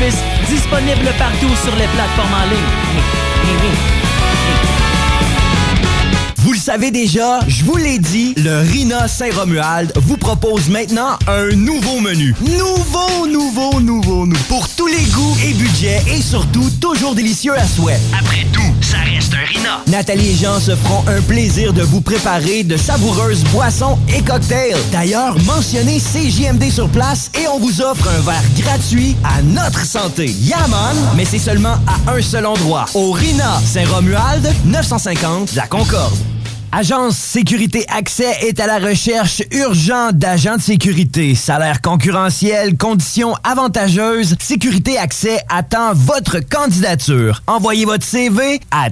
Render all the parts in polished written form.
Memphis, disponible partout sur les plateformes en ligne. Vous le savez déjà, je vous l'ai dit, le RINA Saint-Romuald vous propose maintenant un nouveau menu. Nouveau. Pour tous les goûts et budgets et surtout toujours délicieux à souhait. Après tout, ça reste un RINA. Nathalie et Jean se feront un plaisir de vous préparer de savoureuses boissons et cocktails. D'ailleurs, mentionnez CJMD sur place et on vous offre un verre gratuit à notre santé. Yaman, mais c'est seulement à un seul endroit. Au RINA Saint-Romuald, 950 La Concorde. Agence Sécurité Accès est à la recherche urgente d'agents de sécurité. Salaire concurrentiel, conditions avantageuses. Sécurité Accès attend votre candidature. Envoyez votre CV à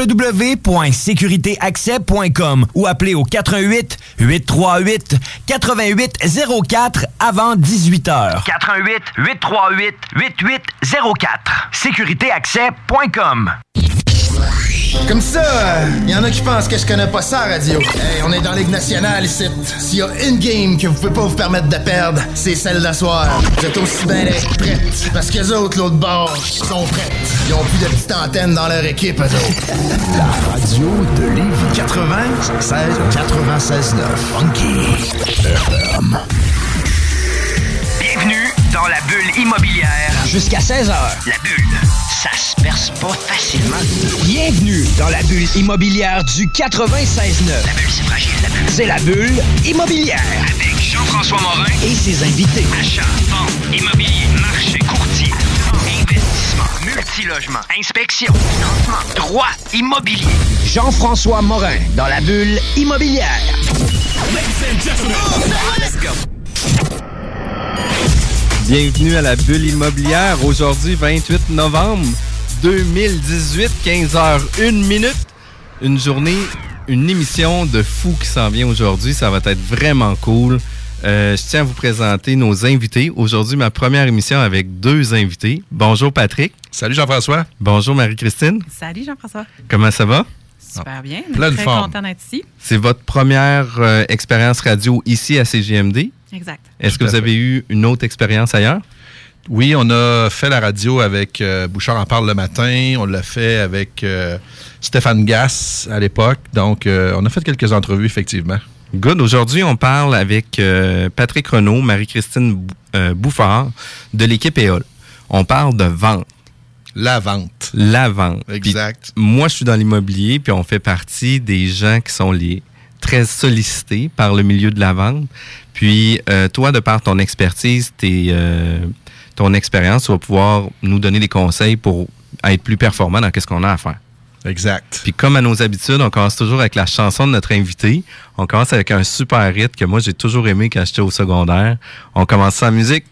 www.sécuritéaccès.com ou appelez au 88 838 8804 avant 18h. 88 838 8804. Sécuritéaccès.com. Comme ça, y en a qui pensent que je connais pas ça, radio. Hey, on est dans la Ligue nationale ici. S'il y a une game que vous pouvez pas vous permettre de perdre, c'est celle d'asseoir. Vous êtes aussi bien d'être prêtes. Parce qu'eux autres, l'autre bord, sont prêtes. Ils ont plus de petites antennes dans leur équipe, eux autres. La radio de Lévis. 96.9. Funky FM. Bienvenue dans la bulle immobilière. Jusqu'à 16h. La bulle, ça se perce pas facilement. Bienvenue dans la bulle immobilière du 96.9. La bulle, c'est fragile, la bulle. C'est la bulle immobilière. Avec Jean-François Morin et ses invités. Achat, vente, immobilier, marché, courtier, investissement, multilogement, inspection, financement, droit, immobilier. Jean-François Morin dans la bulle immobilière. Let's go. Bienvenue à la bulle immobilière. Aujourd'hui, 28 novembre 2018, 15h01. Une journée, une émission de fou qui s'en vient aujourd'hui. Ça va être vraiment cool. Je tiens à vous présenter nos invités. Aujourd'hui, ma première émission avec deux invités. Bonjour Patrick. Salut Jean-François. Bonjour Marie-Christine. Salut Jean-François. Comment ça va? Super bien. Plein de très forme. content d'être ici. C'est votre première expérience radio ici à CJMD. Exact. Est-ce que vous avez eu une autre expérience ailleurs? Oui, on a fait la radio avec Bouchard en parle le matin. On l'a fait avec Stéphane Gass à l'époque. Donc, on a fait quelques entrevues, effectivement. Good. Aujourd'hui, on parle avec Patrick Renaud, Marie-Christine Bouffard de l'équipe EOL. On parle de vente. La vente. La vente. Exact. Puis, moi, je suis dans l'immobilier, puis on fait partie des gens qui sont très sollicités par le milieu de la vente. Puis, toi, de par ton expertise, ton expérience, tu vas pouvoir nous donner des conseils pour être plus performant dans ce qu'on a à faire. Exact. Puis, comme à nos habitudes, on commence toujours avec la chanson de notre invité. On commence avec un super hit que moi, j'ai toujours aimé quand j'étais au secondaire. On commence sans musique.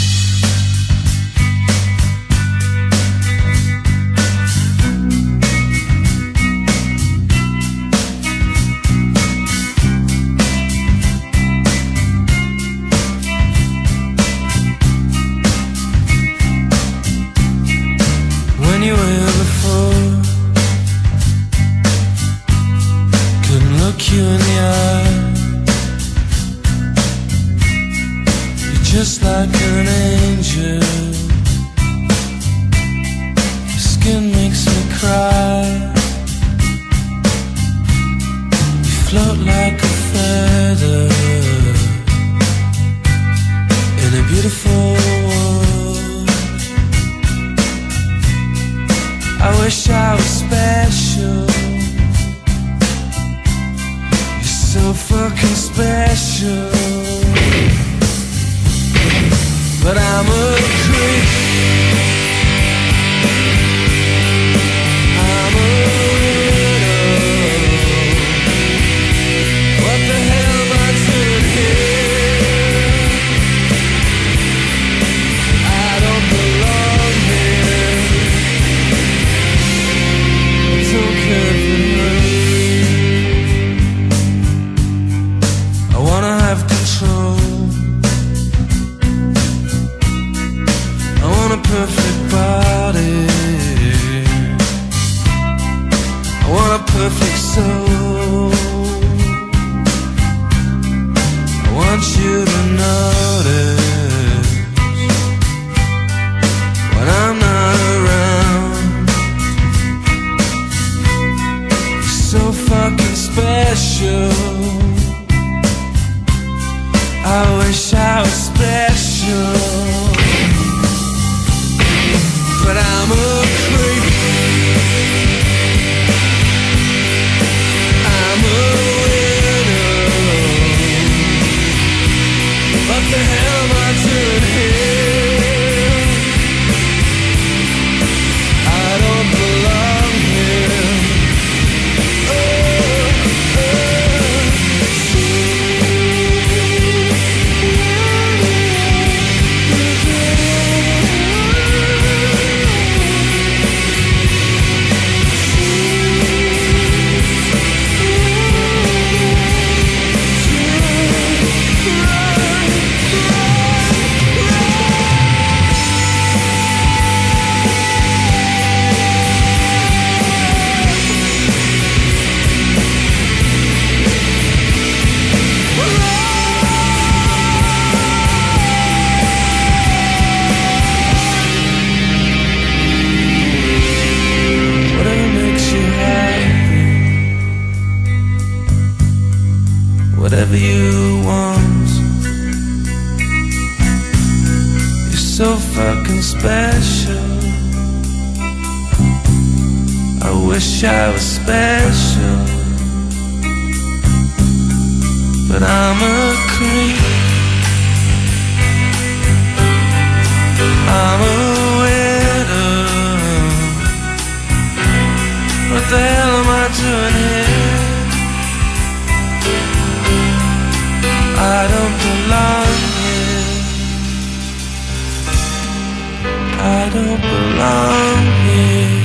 You in the eye, you're just like an angel. Your skin makes me cry. You float like a feather in a beautiful world. I wish I was special, so fucking special, but I'm a creep. I'm a widow. What the hell am I doing here? I don't belong here. I don't care for I wanna have control. I want a perfect body. I want a perfect soul. I want you to notice when I special. I wish I was special, but I'm a creep. I'm a widow. What the hell am I doing here? I don't belong here. I don't belong here.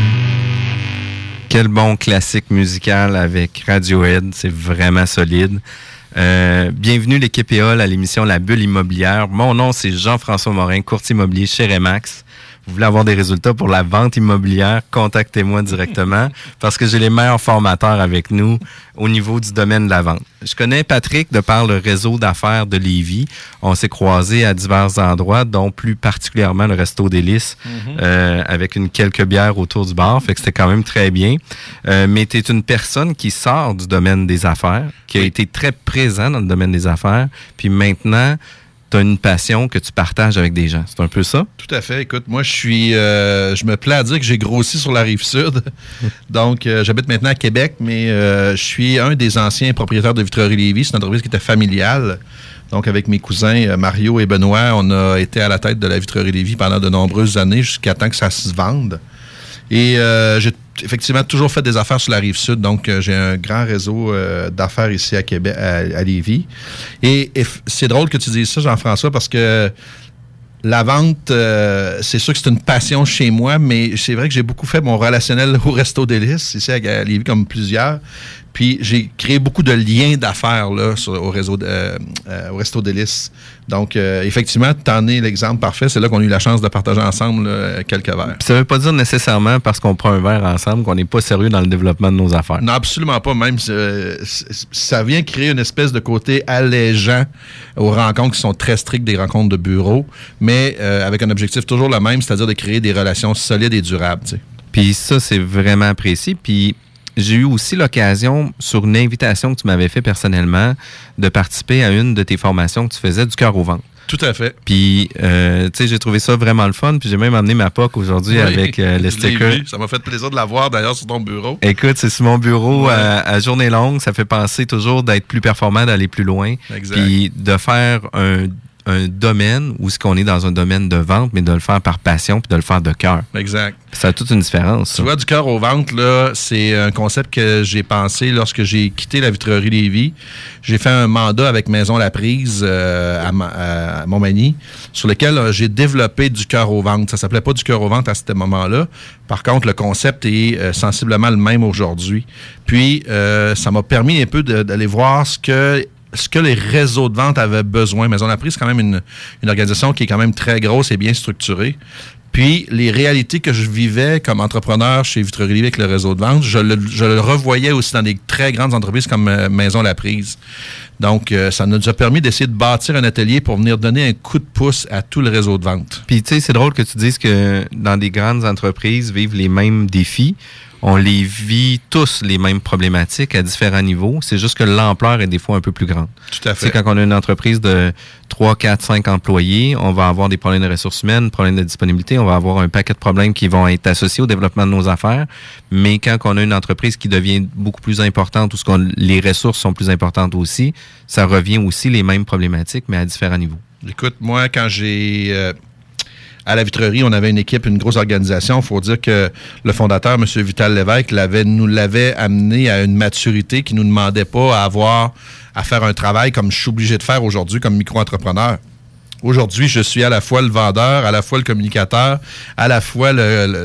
Quel bon classique musical avec Radiohead, c'est vraiment solide. Bienvenue l'équipe EOL à l'émission La Bulle Immobilière. Mon nom, c'est Jean-François Morin, courtier immobilier chez Remax. Vous voulez avoir des résultats pour la vente immobilière, contactez-moi directement parce que j'ai les meilleurs formateurs avec nous au niveau du domaine de la vente. Je connais Patrick de par le réseau d'affaires de Lévis. On s'est croisés à divers endroits, dont plus particulièrement le Resto Délices, avec quelques bières autour du bar. Fait que c'était quand même très bien. Mais tu es une personne qui sort du domaine des affaires, qui a été très présent dans le domaine des affaires. Puis maintenant, tu as une passion que tu partages avec des gens. C'est un peu ça? Tout à fait. Écoute, moi, je me plais à dire que j'ai grossi sur la Rive-Sud. Donc, j'habite maintenant à Québec, mais je suis un des anciens propriétaires de Vitrerie Lévis. C'est une entreprise qui était familiale. Donc, avec mes cousins Mario et Benoît, on a été à la tête de la Vitrerie Lévis pendant de nombreuses années jusqu'à temps que ça se vende. Et j'ai effectivement toujours fait des affaires sur la Rive-Sud. Donc, j'ai un grand réseau d'affaires ici à Québec, à Lévis. Et c'est drôle que tu dises ça, Jean-François, parce que la vente, c'est sûr que c'est une passion chez moi, mais c'est vrai que j'ai beaucoup fait mon relationnel au Resto Délices, ici à Lévis, comme plusieurs. Puis, j'ai créé beaucoup de liens d'affaires là au Resto Délices. Donc, effectivement, t'en es l'exemple parfait. C'est là qu'on a eu la chance de partager ensemble quelques verres. Puis ça veut pas dire nécessairement parce qu'on prend un verre ensemble qu'on n'est pas sérieux dans le développement de nos affaires. Non, absolument pas. Même, ça vient créer une espèce de côté allégeant aux rencontres qui sont très strictes, des rencontres de bureau, mais avec un objectif toujours le même, c'est-à-dire de créer des relations solides et durables. Tu sais. Puis ça, c'est vraiment apprécié. Puis j'ai eu aussi l'occasion, sur une invitation que tu m'avais fait personnellement, de participer à une de tes formations que tu faisais du cœur au ventre. Tout à fait. Puis, tu sais, j'ai trouvé ça vraiment le fun. Puis j'ai même emmené ma POC aujourd'hui avec les stickers. Ça m'a fait plaisir de la voir d'ailleurs sur ton bureur. Écoute, c'est sur mon bureau à journée longue. Ça fait penser toujours d'être plus performant, d'aller plus loin. Exact. Puis de faire un domaine où est-ce qu'on est dans un domaine de vente, mais de le faire par passion puis de le faire de cœur. Exact. Ça a toute une différence. Tu vois, du cœur au ventre, là, c'est un concept que j'ai pensé lorsque j'ai quitté la Vitrerie Lévis. J'ai fait un mandat avec Maison La Prise à Montmagny, sur lequel j'ai développé du cœur au ventre. Ça s'appelait pas du cœur au ventre à ce moment-là. Par contre, le concept est sensiblement le même aujourd'hui. Puis, ça m'a permis un peu d'aller voir ce que les réseaux de vente avaient besoin. Maison La Prise, c'est quand même une organisation qui est quand même très grosse et bien structurée. Puis, les réalités que je vivais comme entrepreneur chez Vitrerie Lévis avec le réseau de vente, je le revoyais aussi dans des très grandes entreprises comme Maison La Prise. Donc, ça nous a permis d'essayer de bâtir un atelier pour venir donner un coup de pouce à tout le réseau de vente. Puis, tu sais, c'est drôle que tu dises que dans des grandes entreprises vivent les mêmes défis. On les vit tous les mêmes problématiques à différents niveaux. C'est juste que l'ampleur est des fois un peu plus grande. Tout à fait. Tu sais, quand on a une entreprise de 3, 4, 5 employés, on va avoir des problèmes de ressources humaines, problèmes de disponibilité, on va avoir un paquet de problèmes qui vont être associés au développement de nos affaires. Mais quand on a une entreprise qui devient beaucoup plus importante, où les ressources sont plus importantes aussi, ça revient aussi les mêmes problématiques, mais à différents niveaux. Écoute, moi, quand j'ai... à la Vitrerie, on avait une équipe, une grosse organisation. Il faut dire que le fondateur, M. Vital Lévesque, nous l'avait amené à une maturité qui ne nous demandait pas à faire un travail comme je suis obligé de faire aujourd'hui comme micro-entrepreneur. Aujourd'hui, je suis à la fois le vendeur, à la fois le communicateur, à la fois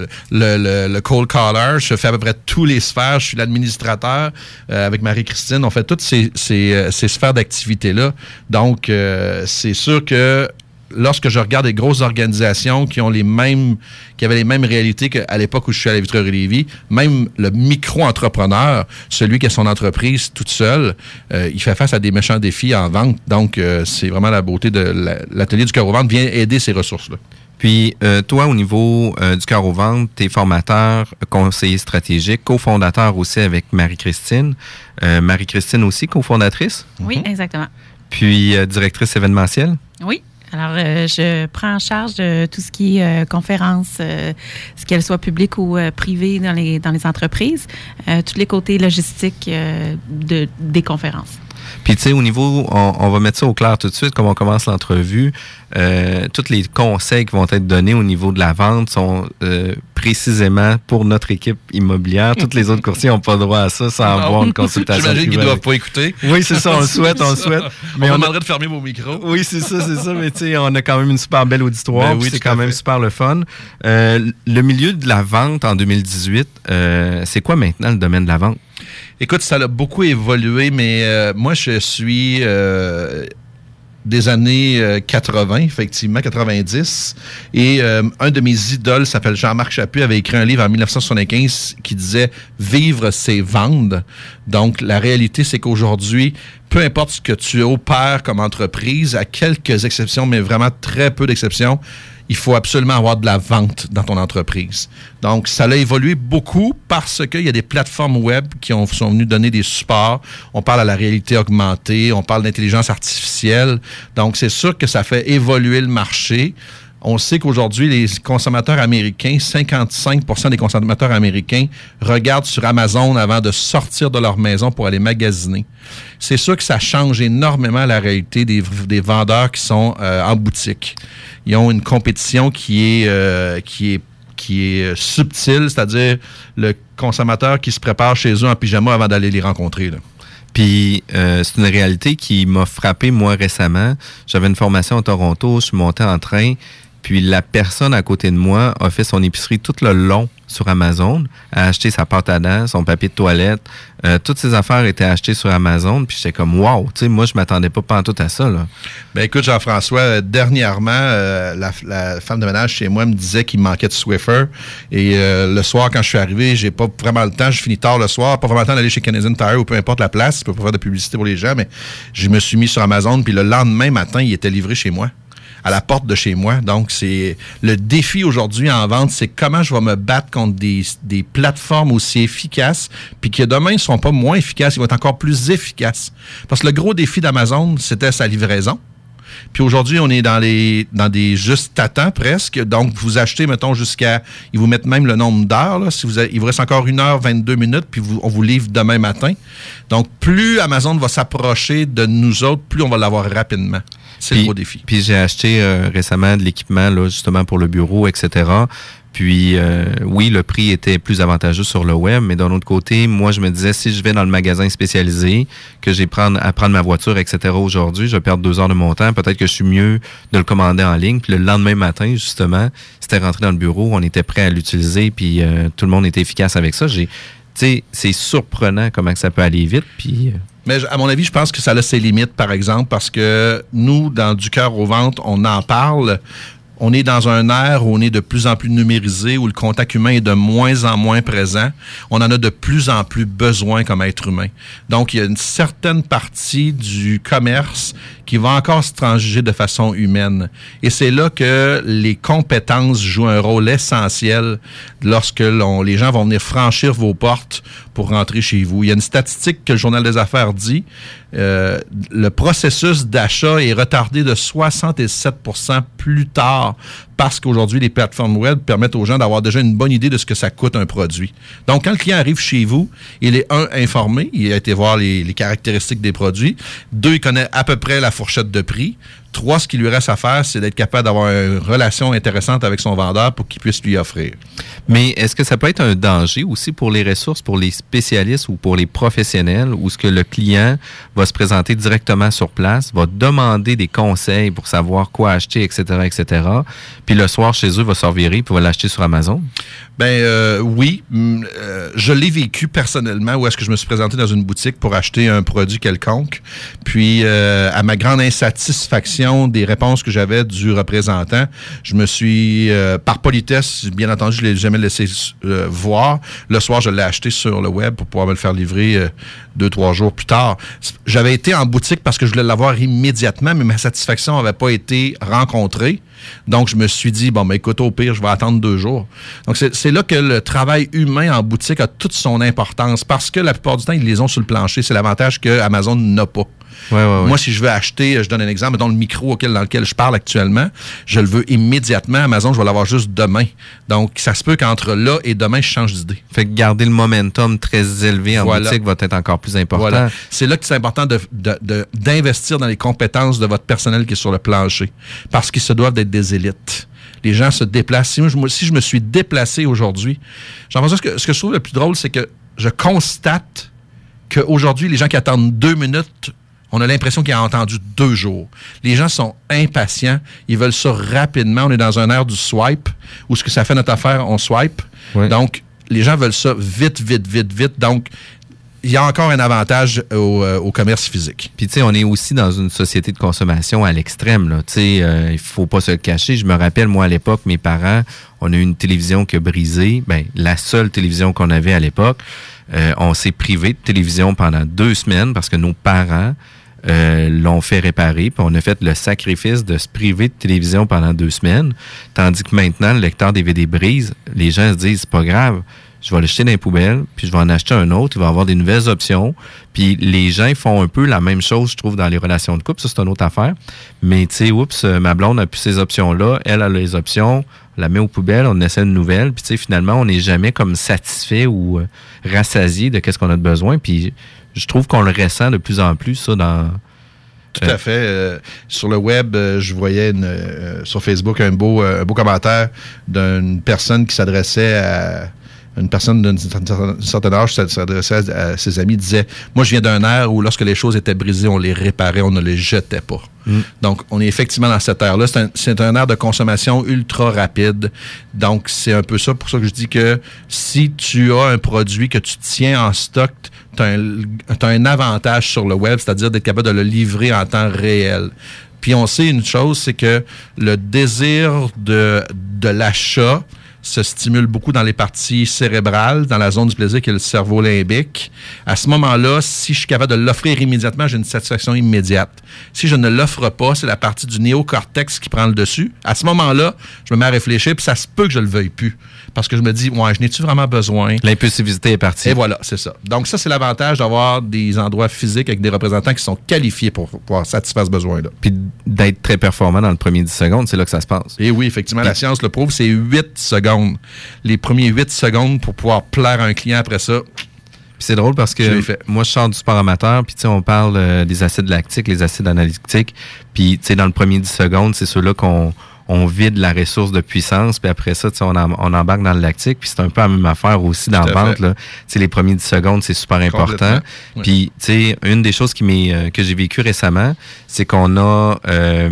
le cold caller. Je fais à peu près tous les sphères. Je suis l'administrateur. Avec Marie-Christine, on fait toutes ces sphères d'activité-là. Donc, c'est sûr que lorsque je regarde des grosses organisations qui avaient les mêmes réalités qu'à l'époque où je suis à la Vitrerie Lévis, même le micro-entrepreneur, celui qui a son entreprise toute seule, il fait face à des méchants défis en vente. Donc, c'est vraiment la beauté de l'atelier du cœur au ventre vient aider ces ressources-là. Puis, toi, au niveau du cœur au ventre, t'es formateur, conseiller stratégique, cofondateur aussi avec Marie-Christine. Marie-Christine aussi, cofondatrice? Oui, exactement. Puis, directrice événementielle? Oui. Alors, je prends en charge tout ce qui est conférences, qu'elles soient publiques ou privées dans les entreprises, tous les côtés logistiques des conférences. Puis, tu sais, au niveau, on va mettre ça au clair tout de suite, comme on commence l'entrevue. Tous les conseils qui vont être donnés au niveau de la vente sont précisément pour notre équipe immobilière. Tous les autres courtiers n'ont pas droit à ça sans avoir une consultation. J'imagine qu'ils ne doivent pas écouter. Oui, c'est ça, on le souhaite. Mais on demanderait de fermer vos micros. Oui, c'est ça. Mais tu sais, on a quand même une super belle auditoire. Oui, c'est quand même super le fun. Le milieu de la vente en 2018, c'est quoi maintenant le domaine de la vente? Écoute, ça a beaucoup évolué, mais moi, je suis des années 80, effectivement, 90. Et un de mes idoles s'appelle Jean-Marc Chaput, avait écrit un livre en 1975 qui disait « Vivre, c'est vendre ». Donc, la réalité, c'est qu'aujourd'hui, peu importe ce que tu opères comme entreprise, à quelques exceptions, mais vraiment très peu d'exceptions, il faut absolument avoir de la vente dans ton entreprise. Donc, ça a évolué beaucoup parce qu'il y a des plateformes web qui sont venues donner des supports. On parle à la réalité augmentée, on parle d'intelligence artificielle. Donc, c'est sûr que ça fait évoluer le marché. On sait qu'aujourd'hui, les consommateurs américains, 55% des consommateurs américains regardent sur Amazon avant de sortir de leur maison pour aller magasiner. C'est sûr que ça change énormément la réalité des vendeurs qui sont en boutique. Ils ont une compétition qui est subtile, c'est-à-dire le consommateur qui se prépare chez eux en pyjama avant d'aller les rencontrer, là. Puis, c'est une réalité qui m'a frappé, moi, récemment. J'avais une formation à Toronto, je suis monté en train, puis la personne à côté de moi a fait son épicerie tout le long sur Amazon, a acheté sa pâte à dents, son papier de toilette. Toutes ses affaires étaient achetées sur Amazon, puis j'étais comme « wow », tu sais, moi, je m'attendais pas pantoute à ça, là. Ben écoute, Jean-François, dernièrement, la femme de ménage chez moi me disait qu'il manquait de Swiffer, et le soir, quand je suis arrivé, j'ai pas vraiment le temps, je finis tard le soir, pas vraiment le temps d'aller chez Canadian Tire ou peu importe la place, je peux pas faire de publicité pour les gens, mais je me suis mis sur Amazon, puis le lendemain matin, il était livré chez moi, à la porte de chez moi. Donc, c'est le défi aujourd'hui en vente, c'est comment je vais me battre contre des plateformes aussi efficaces, puis qui demain ne seront pas moins efficaces, ils vont être encore plus efficaces. Parce que le gros défi d'Amazon, c'était sa livraison. Puis aujourd'hui, on est dans des juste à temps presque. Donc, vous achetez, mettons, ils vous mettent même le nombre d'heures. Là, il vous reste encore 1h22 minutes, puis on vous livre demain matin. Donc, plus Amazon va s'approcher de nous autres, plus on va l'avoir rapidement. C'est le gros défi. Puis j'ai acheté récemment de l'équipement, là, justement, pour le bureau, etc. Puis, oui, le prix était plus avantageux sur le web, mais d'un autre côté, moi, je me disais, si je vais dans le magasin spécialisé, que j'ai à prendre ma voiture, etc. aujourd'hui, je vais perdre 2 heures de mon temps, peut-être que je suis mieux de le commander en ligne. Puis le lendemain matin, justement, c'était rentré dans le bureau, on était prêt à l'utiliser, puis tout le monde était efficace avec ça. Tu sais, c'est surprenant comment ça peut aller vite, puis... Mais à mon avis, je pense que ça a ses limites, par exemple, parce que nous, dans Du cœur aux ventes, on en parle. On est dans un ère où on est de plus en plus numérisé, où le contact humain est de moins en moins présent. On en a de plus en plus besoin comme être humain. Donc, il y a une certaine partie du commerce qui va encore se transiger de façon humaine. Et c'est là que les compétences jouent un rôle essentiel lorsque les gens vont venir franchir vos portes pour rentrer chez vous. Il y a une statistique que le Journal des Affaires dit, le processus d'achat est retardé de 67% plus tard parce qu'aujourd'hui, les plateformes web permettent aux gens d'avoir déjà une bonne idée de ce que ça coûte un produit. Donc, quand le client arrive chez vous, il est, informé, il a été voir les caractéristiques des produits. 2, il connaît à peu près la fourchette de prix. 3, ce qui lui reste à faire, c'est d'être capable d'avoir une relation intéressante avec son vendeur pour qu'il puisse lui offrir. Mais est-ce que ça peut être un danger aussi pour les ressources, pour les spécialistes ou pour les professionnels, où ce que le client va se présenter directement sur place, va demander des conseils pour savoir quoi acheter, etc., etc., puis le soir, chez eux, va se revirer puis va l'acheter sur Amazon? Oui. Je l'ai vécu personnellement, où est-ce que je me suis présenté dans une boutique pour acheter un produit quelconque. Puis, à ma grande insatisfaction des réponses que j'avais du représentant, je me suis, par politesse, bien entendu, je ne l'ai jamais laissé voir. Le soir, je l'ai acheté sur le web pour pouvoir me le faire livrer 2-3 jours plus tard. J'avais été en boutique parce que je voulais l'avoir immédiatement, mais ma satisfaction n'avait pas été rencontrée. Donc, je me suis dit, écoute, au pire, je vais attendre 2 jours. Donc, c'est là que le travail humain en boutique a toute son importance parce que la plupart du temps, ils les ont sur le plancher. C'est l'avantage que Amazon n'a pas. Ouais. Moi, si je veux acheter, je donne un exemple, dans le micro dans lequel je parle actuellement, je le veux immédiatement. Amazon, je vais l'avoir juste demain. Donc, ça se peut qu'entre là et demain, je change d'idée. Fait que garder le momentum très élevé en boutique va être encore plus important. Voilà. C'est là que c'est important d'investir dans les compétences de votre personnel qui est sur le plancher. Parce qu'ils se doivent d'être des élites. Les gens se déplacent. Si je me suis déplacé aujourd'hui, ce que je trouve le plus drôle, c'est que je constate qu'aujourd'hui, les gens qui attendent 2 minutes, on a l'impression qu'ils ont entendu 2 jours. Les gens sont impatients. Ils veulent ça rapidement. On est dans un air du swipe, où ce que ça fait notre affaire, on swipe. Oui. Donc, les gens veulent ça vite. Donc, il y a encore un avantage au commerce physique. Puis, tu sais, on est aussi dans une société de consommation à l'extrême, là. Tu sais, il faut pas se le cacher. Je me rappelle, moi, à l'époque, mes parents, on a eu une télévision qui a brisé. Ben, la seule télévision qu'on avait à l'époque. On s'est privé de télévision pendant 2 semaines parce que nos parents l'ont fait réparer. Puis on a fait le sacrifice de se priver de télévision pendant 2 semaines. Tandis que maintenant, le lecteur DVD brise. Les gens se disent, c'est pas grave. Je vais le jeter dans les poubelles, puis je vais en acheter un autre. Il va avoir des nouvelles options. Puis les gens font un peu la même chose, je trouve, dans les relations de couple. Ça, c'est une autre affaire. Mais, tu sais, oups, ma blonde a plus ces options-là. Elle a les options. On la met aux poubelles, on essaie une nouvelle. Puis, tu sais, finalement, on n'est jamais comme satisfait ou rassasié de qu'est-ce qu'on a de besoin. Puis, je trouve qu'on le ressent de plus en plus, ça, dans... Tout à fait. Sur le web, je voyais sur Facebook un beau commentaire d'une personne qui s'adressait à... Une personne d'un certain âge s'adressait à ses amis, disait « Moi, je viens d'un ère où lorsque les choses étaient brisées, on les réparait, on ne les jetait pas. » Donc, on est effectivement dans cette ère-là. C'est un ère de consommation ultra rapide. Donc, c'est un peu ça. Pour ça que je dis que si tu as un produit que tu tiens en stock, tu as un avantage sur le web, c'est-à-dire d'être capable de le livrer en temps réel. Puis, on sait une chose, c'est que le désir de l'achat se stimule beaucoup dans les parties cérébrales, dans la zone du plaisir qui est le cerveau limbique. À ce moment-là, si je suis capable de l'offrir immédiatement, j'ai une satisfaction immédiate. Si je ne l'offre pas, c'est la partie du néocortex qui prend le dessus. À ce moment-là, je me mets à réfléchir, puis ça se peut que je le veuille plus. Parce que je me dis, ouais, je n'ai-tu vraiment besoin? L'impulsivité est partie. Et voilà, c'est ça. Donc ça, c'est l'avantage d'avoir des endroits physiques avec des représentants qui sont qualifiés pour pouvoir satisfaire ce besoin-là. Puis d'être très performant dans le premier 10 secondes, c'est là que ça se passe. Et oui, effectivement, la science le prouve, c'est 8 secondes. Les premiers 8 secondes pour pouvoir plaire à un client après ça. Puis c'est drôle parce que moi, je sors du sport amateur, puis tu sais, on parle des acides lactiques, les acides analytiques, puis tu sais, dans le premier 10 secondes, c'est ceux-là qu'on vide la ressource de puissance, puis après ça, on embarque dans le lactique, puis c'est un peu la même affaire aussi dans la vente. Là. Les premiers 10 secondes, c'est super important. Oui. Puis, tu sais, une des choses que j'ai vécu récemment, c'est qu'on a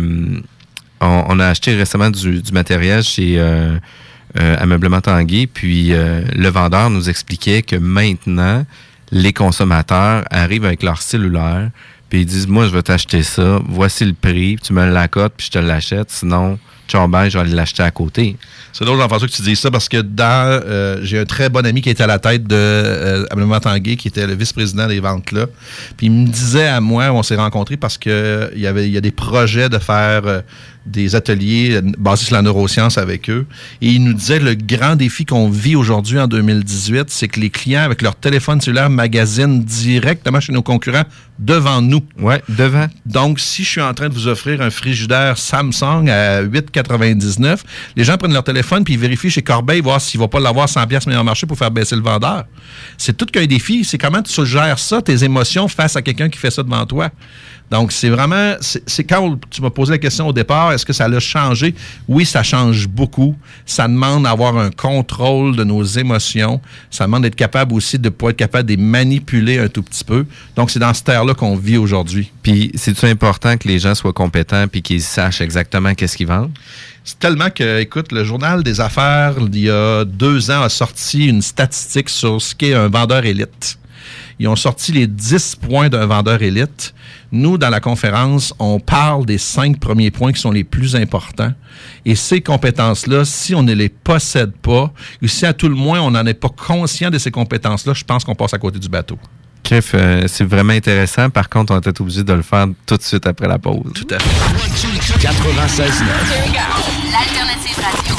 on a acheté récemment du matériel chez Ameublement Tanguay, puis le vendeur nous expliquait que maintenant, les consommateurs arrivent avec leur cellulaire, puis ils disent, moi, je vais t'acheter ça, voici le prix, tu me l'accotes, puis je te l'achète, sinon... je vais aller l'acheter à côté. C'est drôle, Jean-François, que tu dises ça parce que j'ai un très bon ami qui était à la tête de Ameublement Tanguay, qui était le vice-président des ventes là. Puis il me disait à moi, on s'est rencontrés parce que il y a des projets de faire des ateliers basés sur la neuroscience avec eux. Et il nous disait le grand défi qu'on vit aujourd'hui en 2018, c'est que les clients avec leur téléphone cellulaire magasinent directement chez nos concurrents devant nous. Ouais, devant. Donc, si je suis en train de vous offrir un frigidaire Samsung à 8,99, les gens prennent leur téléphone puis ils vérifient chez Corbeil voir s'il ne va pas l'avoir 100$ meilleur marché pour faire baisser le vendeur. C'est tout qu'un défi. C'est comment tu gères ça, tes émotions face à quelqu'un qui fait ça devant toi. Donc, c'est vraiment... C'est quand tu m'as posé la question au départ, est-ce que ça l'a changé? Oui, ça change beaucoup. Ça demande d'avoir un contrôle de nos émotions. Ça demande d'être capable aussi de pouvoir être capable de les manipuler un tout petit peu. Donc, c'est dans cette ère-là qu'on vit aujourd'hui. Puis, c'est-tu important que les gens soient compétents puis qu'ils sachent exactement qu'est-ce qu'ils vendent? C'est tellement que, écoute, le Journal des Affaires, il y a 2 ans, a sorti une statistique sur ce qu'est un vendeur élite. Ils ont sorti les 10 points d'un vendeur élite. Nous, dans la conférence, on parle des 5 premiers points qui sont les plus importants. Et ces compétences-là, si on ne les possède pas, ou si à tout le moins on n'en est pas conscient de ces compétences-là, je pense qu'on passe à côté du bateau. Chef, c'est vraiment intéressant. Par contre, on était obligé de le faire tout de suite après la pause. Tout à fait. 96.9. L'alternative radio.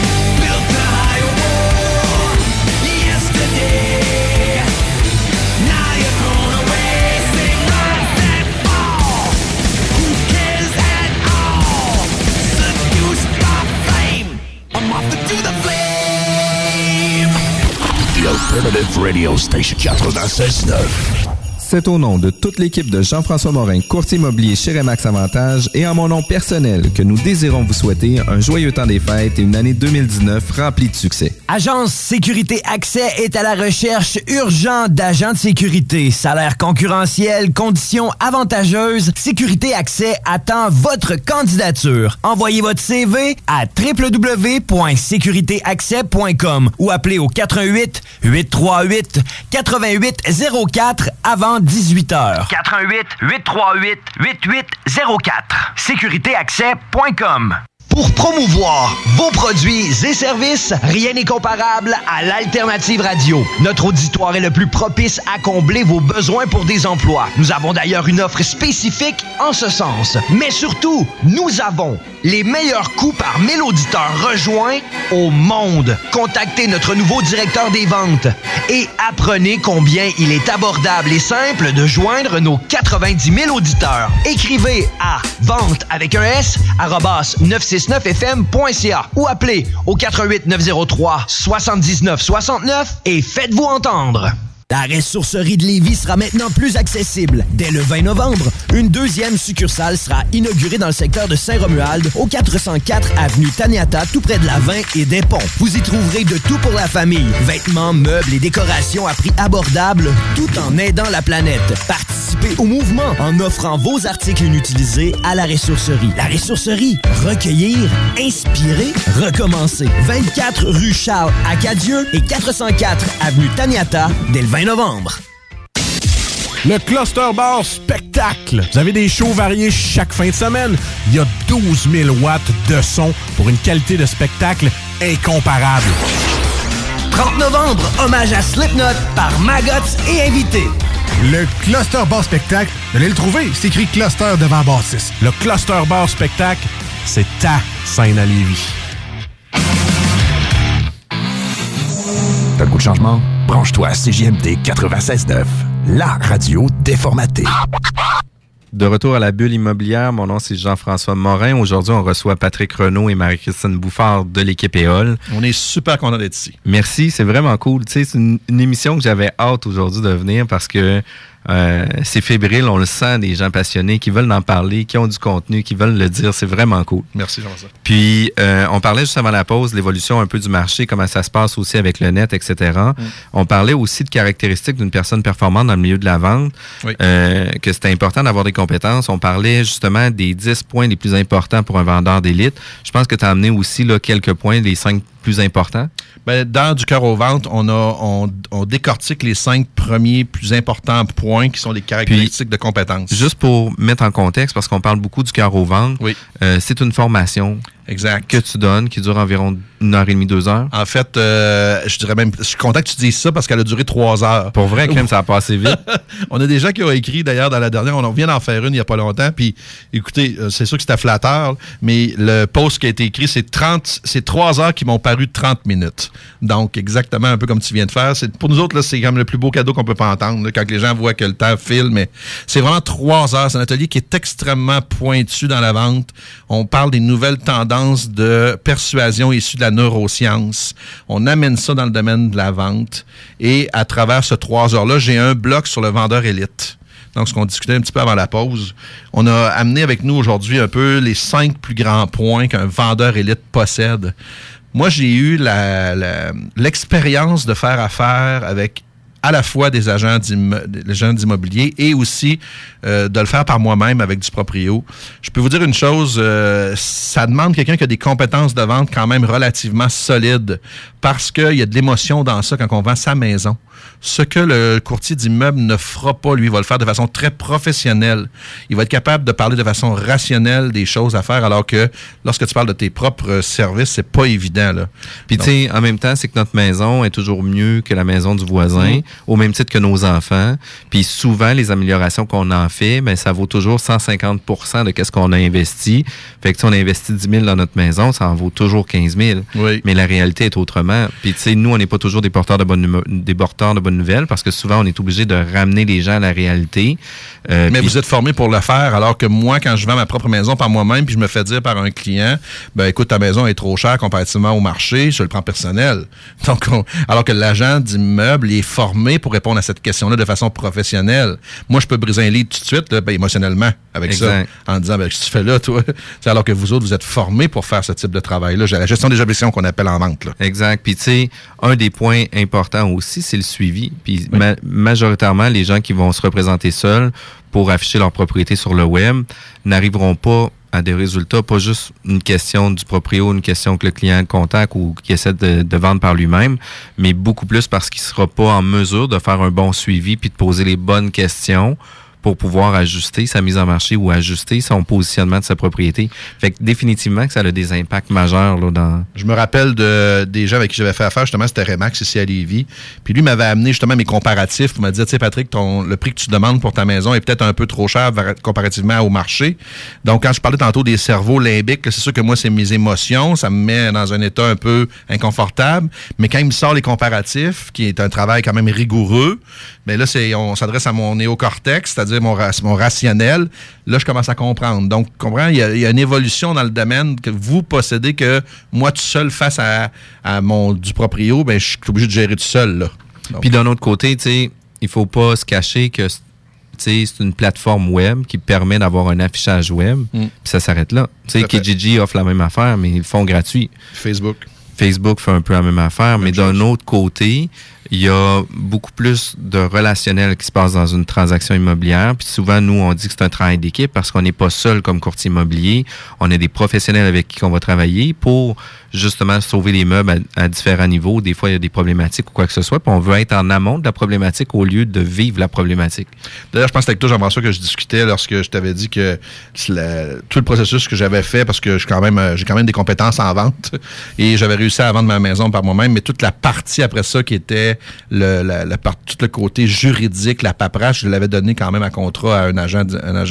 Yesterday, Alternative Radio Station 96.9. C'est au nom de toute l'équipe de Jean-François Morin, courtier immobilier chez Remax Avantage, et en mon nom personnel que nous désirons vous souhaiter un joyeux temps des fêtes et une année 2019 remplie de succès. Agence Sécurité Accès est à la recherche urgente d'agents de sécurité. Salaire concurrentiel, conditions avantageuses. Sécurité Accès attend votre candidature. Envoyez votre CV à www.sécuritéaccès.com ou appelez au 88 838 8804 avant 18h. 88 838 8804. Sécuritéaccès.com. Pour promouvoir vos produits et services, rien n'est comparable à l'Alternative Radio. Notre auditoire est le plus propice à combler vos besoins pour des emplois. Nous avons d'ailleurs une offre spécifique en ce sens. Mais surtout, nous avons les meilleurs coûts par 1000 auditeurs rejoints au monde. Contactez notre nouveau directeur des ventes et apprenez combien il est abordable et simple de joindre nos 90 000 auditeurs. Écrivez à vente avec un S @969fm.ca ou appelez au 88 903 79 69 et faites-vous entendre. La ressourcerie de Lévis sera maintenant plus accessible. Dès le 20 novembre, une deuxième succursale sera inaugurée dans le secteur de Saint-Romuald, au 404 avenue Taniata, tout près de la 20 et des Ponts. Vous y trouverez de tout pour la famille. Vêtements, meubles et décorations à prix abordable, tout en aidant la planète. Participez au mouvement en offrant vos articles inutilisés à la ressourcerie. La ressourcerie, recueillir, inspirer, recommencer. 24 rue Charles Acadieux et 404 avenue Taniata, dès le 20 novembre. Le Cluster Bar Spectacle. Vous avez des shows variés chaque fin de semaine. Il y a 12 000 watts de son pour une qualité de spectacle incomparable. 30 novembre, hommage à Slipknot par Maggots et invités. Le Cluster Bar Spectacle, vous allez le trouver, c'est écrit Cluster devant bassiste. Le Cluster Bar Spectacle, c'est ta scène à Lévis. T'as le goût de changement? Branche-toi à CJMD 96.9, la radio déformatée. De retour à la bulle immobilière, mon nom c'est Jean-François Morin. Aujourd'hui, on reçoit Patrick Renaud et Marie-Christine Bouffard de l'équipe EOL. On est super content d'être ici. Merci, c'est vraiment cool. Tu sais, c'est une émission que j'avais hâte aujourd'hui de venir parce que c'est fébrile, on le sent, des gens passionnés qui veulent en parler, qui ont du contenu, qui veulent le dire. C'est vraiment cool. Merci, Jean-François. Puis, on parlait juste avant la pause de l'évolution un peu du marché, comment ça se passe aussi avec le net, etc. On parlait aussi de caractéristiques d'une personne performante dans le milieu de la vente, que c'était important d'avoir des compétences. On parlait justement des 10 points les plus importants pour un vendeur d'élite. Je pense que tu as amené aussi là, quelques points, les 5 plus importants. Ben, dans Du cœur aux ventes, on décortique les 5 premiers plus importants points qui sont les caractéristiques de compétences. Juste pour mettre en contexte, parce qu'on parle beaucoup du cœur aux ventes, c'est une formation exact que tu donnes qui dure environ 1h30, 2 heures. En fait, je dirais même, je suis content que tu dises ça parce qu'elle a duré 3 heures. Pour vrai, Clem, ça a passé vite. On a des gens qui ont écrit d'ailleurs dans la dernière, on vient d'en faire une il n'y a pas longtemps, puis écoutez, c'est sûr que c'était flatteur, mais le post qui a été écrit, c'est 3 heures qui m'ont paru 30 minutes. Donc, exactement un peu comme tu viens de faire. Pour nous autres, là, c'est comme le plus beau cadeau qu'on peut pas entendre, là, quand les gens voient que le temps file, mais c'est vraiment 3 heures. C'est un atelier qui est extrêmement pointu dans la vente. On parle des nouvelles tendances de persuasion issues de la neuroscience. On amène ça dans le domaine de la vente. Et à travers ce 3 heures-là, j'ai un bloc sur le vendeur élite. Donc, ce qu'on discutait un petit peu avant la pause, on a amené avec nous aujourd'hui un peu les 5 plus grands points qu'un vendeur élite possède. Moi, j'ai eu l'expérience de faire affaire avec à la fois des agents d'immobilier et aussi de le faire par moi-même avec du proprio. Je peux vous dire une chose, ça demande quelqu'un qui a des compétences de vente quand même relativement solides parce qu'il y a de l'émotion dans ça quand on vend sa maison. Ce que le courtier d'immeuble ne fera pas, lui, il va le faire de façon très professionnelle. Il va être capable de parler de façon rationnelle des choses à faire, alors que lorsque tu parles de tes propres services, c'est pas évident, là. Puis, tu sais, en même temps, c'est que notre maison est toujours mieux que la maison du voisin, au même titre que nos enfants. Puis, souvent, les améliorations qu'on en fait, ben, ça vaut toujours 150% de ce qu'on a investi. Fait que si on a investi 10 000 dans notre maison, ça en vaut toujours 15 000. Oui. Mais la réalité est autrement. Exactement. Puis, tu sais, nous, on n'est pas toujours des porteurs de bonnes nouvelles parce que souvent, on est obligé de ramener les gens à la réalité. Mais vous êtes formé pour le faire, alors que moi, quand je vends ma propre maison par moi-même, puis je me fais dire par un client, ben écoute, ta maison est trop chère comparativement au marché, je le prends personnel. Donc, alors que l'agent d'immeuble est formé pour répondre à cette question-là de façon professionnelle. Moi, je peux briser un lead tout de suite, là, ben, émotionnellement, avec exact. Ça, en disant, ben, qu'est-ce que tu fais là, toi? C'est alors que vous autres, vous êtes formés pour faire ce type de travail-là. J'ai la gestion des objections qu'on appelle en vente. Là. Exact. Puis, tu sais, un des points importants aussi, c'est le suivi. Puis, majoritairement, les gens qui vont se représenter seuls pour afficher leur propriété sur le web n'arriveront pas à des résultats, pas juste une question du proprio, une question que le client contacte ou qui essaie de vendre par lui-même, mais beaucoup plus parce qu'il ne sera pas en mesure de faire un bon suivi puis de poser les bonnes questions pour pouvoir ajuster sa mise en marché ou ajuster son positionnement de sa propriété. Fait que définitivement que ça a des impacts majeurs là, dans... Je me rappelle des gens avec qui j'avais fait affaire, justement, c'était Remax ici à Lévis. Puis lui m'avait amené justement mes comparatifs pour me dire, tu sais, Patrick, le prix que tu demandes pour ta maison est peut-être un peu trop cher comparativement au marché. Donc, quand je parlais tantôt des cerveaux limbiques, c'est sûr que moi, c'est mes émotions. Ça me met dans un état un peu inconfortable. Mais quand il me sort les comparatifs, qui est un travail quand même rigoureux, bien là, on s'adresse à mon néocortex, c'est-à-dire mon rationnel. Là, je commence à comprendre. Donc, comprends, il y a une évolution dans le domaine que vous possédez que moi, tout seul, face à du proprio, ben, je suis obligé de gérer tout seul, là. Donc. Puis d'un autre côté, tu sais, il faut pas se cacher que c'est une plateforme web qui permet d'avoir un affichage web, puis ça s'arrête là. Tu sais, Kijiji offre la même affaire, mais ils le font gratuit. Facebook fait un peu la même affaire, mais d'un autre côté, il y a beaucoup plus de relationnel qui se passe dans une transaction immobilière. Puis souvent, nous, on dit que c'est un travail d'équipe parce qu'on n'est pas seul comme courtier immobilier. On a des professionnels avec qui on va travailler pour justement sauver les meubles à différents niveaux. Des fois, il y a des problématiques ou quoi que ce soit. Puis on veut être en amont de la problématique au lieu de vivre la problématique. D'ailleurs, je pense que c'était avec toi, Jean-François, que je discutais lorsque je t'avais dit que tout le processus que j'avais fait, parce que j'ai quand même des compétences en vente et j'avais réussi à vendre ma maison par moi-même, mais toute la partie après ça qui était tout le côté juridique, la paperasse, je l'avais donné quand même à contrat à un agent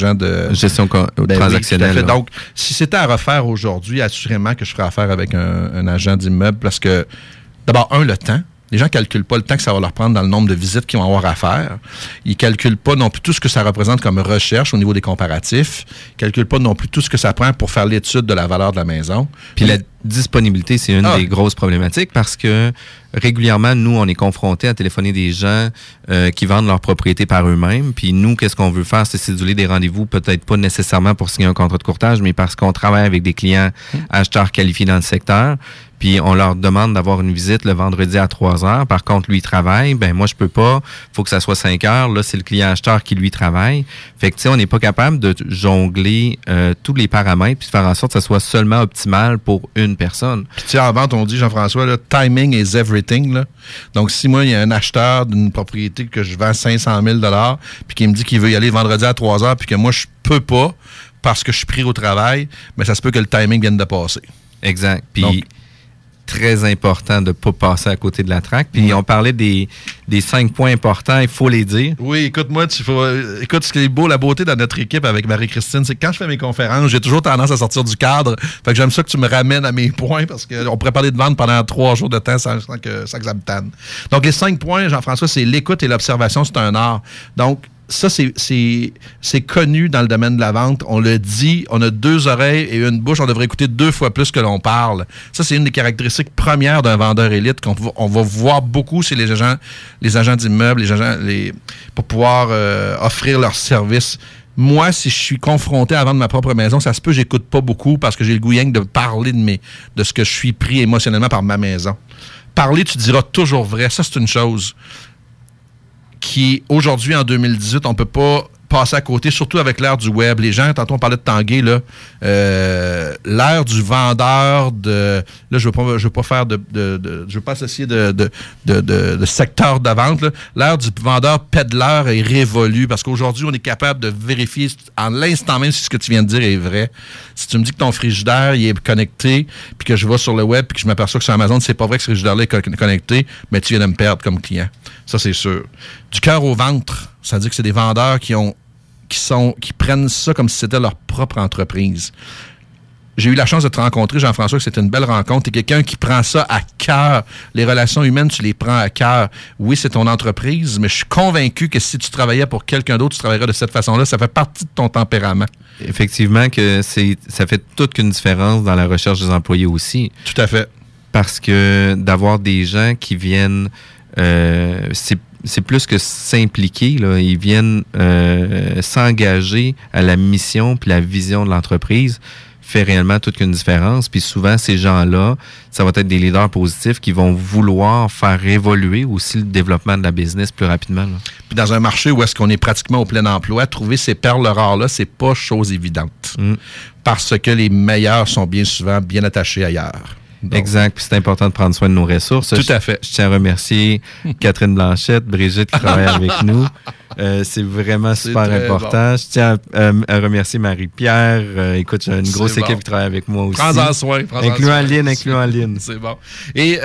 de gestion transactionnelle. Oui, donc, si c'était à refaire aujourd'hui, assurément que je ferais affaire avec un agent d'immeuble parce que, d'abord, le temps. Les gens ne calculent pas le temps que ça va leur prendre dans le nombre de visites qu'ils vont avoir à faire. Ils ne calculent pas non plus tout ce que ça représente comme recherche au niveau des comparatifs. Ils ne calculent pas non plus tout ce que ça prend pour faire l'étude de la valeur de la maison. Puis la disponibilité, c'est une des grosses problématiques parce que régulièrement, nous, on est confrontés à téléphoner des gens qui vendent leur propriété par eux-mêmes. Puis nous, qu'est-ce qu'on veut faire? C'est céduler des rendez-vous, peut-être pas nécessairement pour signer un contrat de courtage, mais parce qu'on travaille avec des clients acheteurs qualifiés dans le secteur. Puis on leur demande d'avoir une visite le vendredi à 3h. Par contre, lui, il travaille. Ben moi, je peux pas. Faut que ça soit 5h. Là, c'est le client acheteur qui, lui, travaille. Fait que, tu sais, on n'est pas capable de jongler tous les paramètres puis de faire en sorte que ça soit seulement optimal pour une personne. Puis, tu sais, en vente, on dit, Jean-François, là, timing is everything. Là. Donc, si moi, il y a un acheteur d'une propriété que je vends 500 000 puis qui me dit qu'il veut y aller vendredi à 3h puis que moi, je peux pas parce que je suis pris au travail, mais ça se peut que le timing vienne de passer. Exact. Puis, très important de ne pas passer à côté de la traque. Puis on parlait des 5 points importants, il faut les dire. Oui, écoute-moi, écoute, ce qui est beau, la beauté dans notre équipe avec Marie-Christine, c'est que quand je fais mes conférences, j'ai toujours tendance à sortir du cadre. Fait que j'aime ça que tu me ramènes à mes points parce qu'on pourrait parler de vente pendant 3 jours de temps sans que ça me tanne. Donc, les 5 points, Jean-François, c'est l'écoute et l'observation, c'est un art. Donc, ça, c'est connu dans le domaine de la vente. On le dit, on a 2 oreilles et une bouche. On devrait écouter 2 fois plus que l'on parle. Ça, c'est une des caractéristiques premières d'un vendeur élite qu'on va voir beaucoup chez les agents d'immeubles, pour pouvoir offrir leurs services. Moi, si je suis confronté à vendre ma propre maison, ça se peut, j'écoute pas beaucoup parce que j'ai le goût de parler de ce que je suis pris émotionnellement par ma maison. Parler, tu diras toujours vrai. Ça, c'est une chose qui, aujourd'hui, en 2018, on peut pas passer à côté, surtout avec l'ère du web. Les gens, tantôt on parlait de Tanguay, là, l'ère du vendeur de... Là, je veux pas faire je veux pas associer de secteur de vente. Là. L'ère du vendeur peddler est révolue parce qu'aujourd'hui, on est capable de vérifier en l'instant même si ce que tu viens de dire est vrai. Si tu me dis que ton frigidaire il est connecté, puis que je vais sur le web, puis que je m'aperçois que sur Amazon, c'est pas vrai que ce frigidaire-là est connecté, mais tu viens de me perdre comme client. Ça, c'est sûr. Du cœur au ventre, ça veut dire que c'est des vendeurs qui prennent ça comme si c'était leur propre entreprise. J'ai eu la chance de te rencontrer, Jean-François, que c'était une belle rencontre. Tu es quelqu'un qui prend ça à cœur. Les relations humaines, tu les prends à cœur. Oui, c'est ton entreprise, mais je suis convaincu que si tu travaillais pour quelqu'un d'autre, tu travaillerais de cette façon-là. Ça fait partie de ton tempérament. Effectivement, que ça fait toute qu'une différence dans la recherche des employés aussi. Tout à fait. Parce que d'avoir des gens qui viennent... c'est plus que s'impliquer, là. Ils viennent s'engager à la mission puis la vision de l'entreprise fait réellement toute qu'une différence. Puis souvent, ces gens-là, ça va être des leaders positifs qui vont vouloir faire évoluer aussi le développement de la business plus rapidement. Là. Puis dans un marché où est-ce qu'on est pratiquement au plein emploi, trouver ces perles rares-là, c'est pas chose évidente. Parce que les meilleurs sont bien souvent bien attachés ailleurs. Donc. Exact. Puis c'est important de prendre soin de nos ressources. Tout à fait. Je tiens à remercier Catherine Blanchette, Brigitte qui travaille avec nous. C'est vraiment super important. Bon. Je tiens à remercier Marie-Pierre. Écoute, j'ai une grosse équipe qui travaille avec moi aussi. Prends-en soin. Incluant Lynn. C'est bon. Et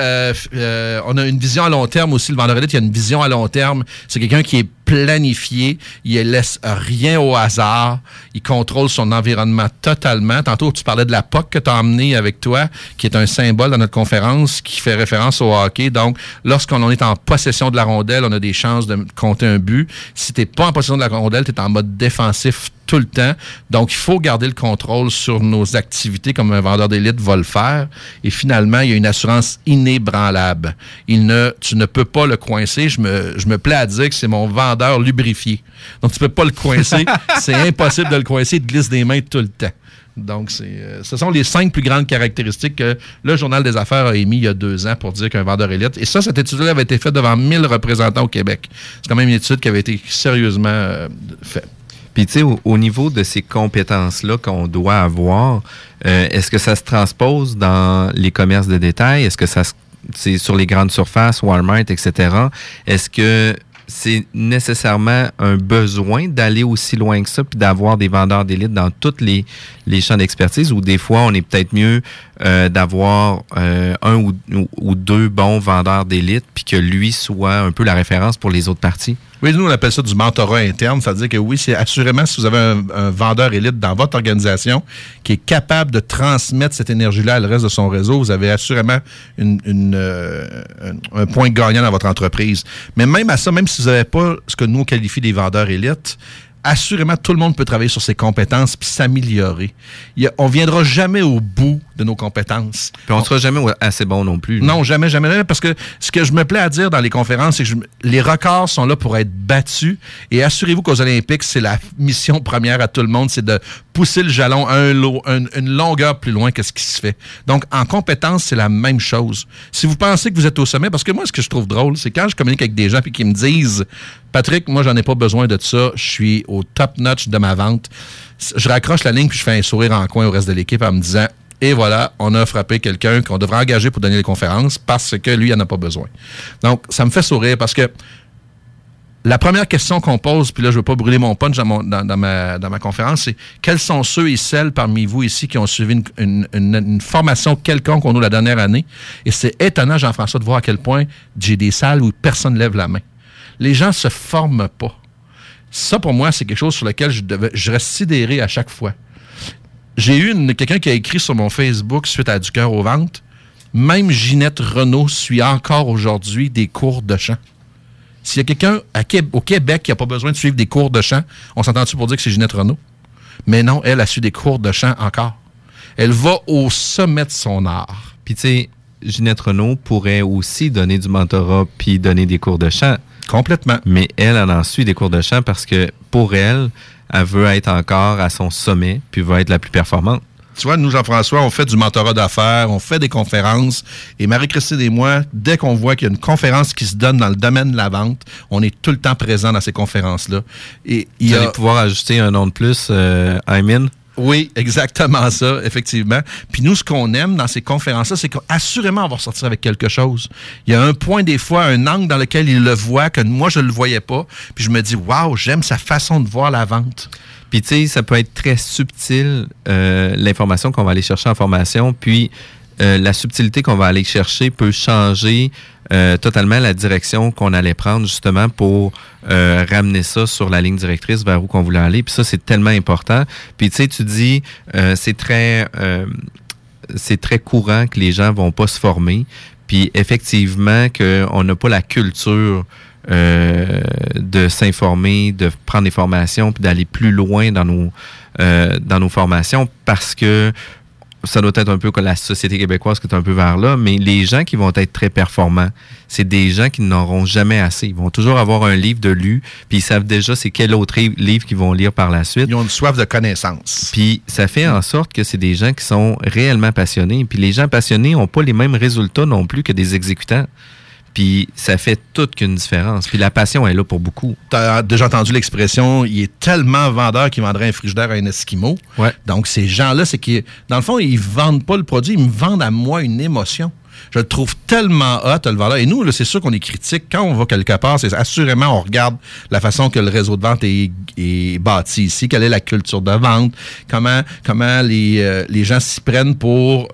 on a une vision à long terme aussi. Le vendeur élite, il y a une vision à long terme. C'est quelqu'un qui est planifié. Il ne laisse rien au hasard. Il contrôle son environnement totalement. Tantôt, tu parlais de la POC que tu as emmené avec toi, qui est un symbole dans notre conférence, qui fait référence au hockey. Donc, lorsqu'on est en possession de la rondelle, on a des chances de compter un but. Si tu n'es pas en possession de la rondelle, tu es en mode défensif tout le temps. Donc, il faut garder le contrôle sur nos activités comme un vendeur d'élite va le faire. Et finalement, il y a une assurance inébranlable. Tu ne peux pas le coincer. Je me plais à dire que c'est mon vendeur lubrifié. Donc, tu ne peux pas le coincer. C'est impossible de le coincer. Il te glisse des mains tout le temps. Donc, ce sont les 5 plus grandes caractéristiques que le Journal des Affaires a émis il y a 2 ans pour dire qu'un vendeur élite. Et ça, cette étude-là avait été faite devant 1000 représentants au Québec. C'est quand même une étude qui avait été sérieusement faite. Puis, tu sais, au niveau de ces compétences-là qu'on doit avoir, est-ce que ça se transpose dans les commerces de détail? Est-ce que c'est sur les grandes surfaces, Walmart, etc.? Est-ce que c'est nécessairement un besoin d'aller aussi loin que ça puis d'avoir des vendeurs d'élite dans tous les champs d'expertise ou des fois, on est peut-être mieux d'avoir un ou 2 bons vendeurs d'élite puis que lui soit un peu la référence pour les autres parties? Oui, nous, on appelle ça du mentorat interne. C'est-à-dire que oui, c'est assurément, si vous avez un vendeur élite dans votre organisation qui est capable de transmettre cette énergie-là à le reste de son réseau, vous avez assurément un point gagnant dans votre entreprise. Mais même à ça, même si vous n'avez pas ce que nous, on qualifie des vendeurs élites, assurément, tout le monde peut travailler sur ses compétences puis s'améliorer. On ne viendra jamais au bout de nos compétences. Puis on ne sera jamais assez bon non plus. Non, jamais, parce que ce que je me plais à dire dans les conférences, c'est que les records sont là pour être battus. Et assurez-vous qu'aux Olympiques, c'est la mission première à tout le monde, c'est de pousser le jalon une longueur plus loin que ce qui se fait. Donc, en compétences, c'est la même chose. Si vous pensez que vous êtes au sommet, parce que moi, ce que je trouve drôle, c'est quand je communique avec des gens puis qui me disent « Patrick, moi, j'en ai pas besoin de ça, je suis au top-notch de ma vente. » Je raccroche la ligne puis je fais un sourire en coin au reste de l'équipe en me disant « Et voilà, on a frappé quelqu'un qu'on devrait engager pour donner les conférences parce que lui, il n'en a pas besoin. » Donc, ça me fait sourire parce que la première question qu'on pose, puis là, je ne veux pas brûler mon punch dans ma conférence, c'est quels sont ceux et celles parmi vous ici qui ont suivi une formation quelconque au cours de la dernière année? Et c'est étonnant, Jean-François, de voir à quel point j'ai des salles où personne ne lève la main. Les gens ne se forment pas. Ça, pour moi, c'est quelque chose sur lequel je reste sidéré à chaque fois. J'ai eu quelqu'un qui a écrit sur mon Facebook suite à Du cœur aux ventes. Même Ginette Renault suit encore aujourd'hui des cours de chant. S'il y a quelqu'un au Québec qui n'a pas besoin de suivre des cours de chant, on s'entend-tu pour dire que c'est Ginette Renault? Mais non, elle a su des cours de chant encore. Elle va au sommet de son art. Puis tu sais, Ginette Renault pourrait aussi donner du mentorat puis donner des cours de chant. Complètement. Mais elle en suit des cours de chant parce que pour elle veut être encore à son sommet puis veut être la plus performante. Tu vois, nous, Jean-François, on fait du mentorat d'affaires, on fait des conférences. Et Marie-Christine et moi, dès qu'on voit qu'il y a une conférence qui se donne dans le domaine de la vente, on est tout le temps présent dans ces conférences-là. Et vous allez pouvoir ajouter un nom de plus, I'm in? Oui, exactement ça, effectivement. Puis nous, ce qu'on aime dans ces conférences-là, c'est qu'assurément, on va ressortir avec quelque chose. Il y a un point, des fois, un angle dans lequel il le voit que moi, je ne le voyais pas. Puis je me dis, waouh, j'aime sa façon de voir la vente. Puis tu sais, ça peut être très subtil, l'information qu'on va aller chercher en formation. Puis la subtilité qu'on va aller chercher peut changer totalement la direction qu'on allait prendre justement pour ramener ça sur la ligne directrice vers où qu'on voulait aller. Puis ça, c'est tellement important. Puis tu sais, tu dis, c'est très courant que les gens vont pas se former. Puis effectivement, qu'on n'a pas la culture de s'informer, de prendre des formations, puis d'aller plus loin dans nos formations, parce que ça doit être un peu comme la société québécoise qui est un peu vers là, mais les gens qui vont être très performants, c'est des gens qui n'auront jamais assez. Ils vont toujours avoir un livre de lu, puis ils savent déjà c'est quel autre livre qu'ils vont lire par la suite. Ils ont une soif de connaissance. Puis ça fait en sorte que c'est des gens qui sont réellement passionnés. Puis les gens passionnés n'ont pas les mêmes résultats non plus que des exécutants. Puis ça fait toute qu'une différence. Puis la passion est là pour beaucoup. Tu as déjà entendu l'expression, il est tellement vendeur qu'il vendrait un frigidaire à un Esquimau. Ouais. Donc ces gens-là, c'est qu'ils, dans le fond, ils vendent pas le produit, ils me vendent à moi une émotion. Je le trouve tellement hot, le vendeur. Et nous, là, c'est sûr qu'on est critique. Quand on va quelque part, c'est assurément, on regarde la façon que le réseau de vente est bâti ici, quelle est la culture de vente, comment les gens s'y prennent pour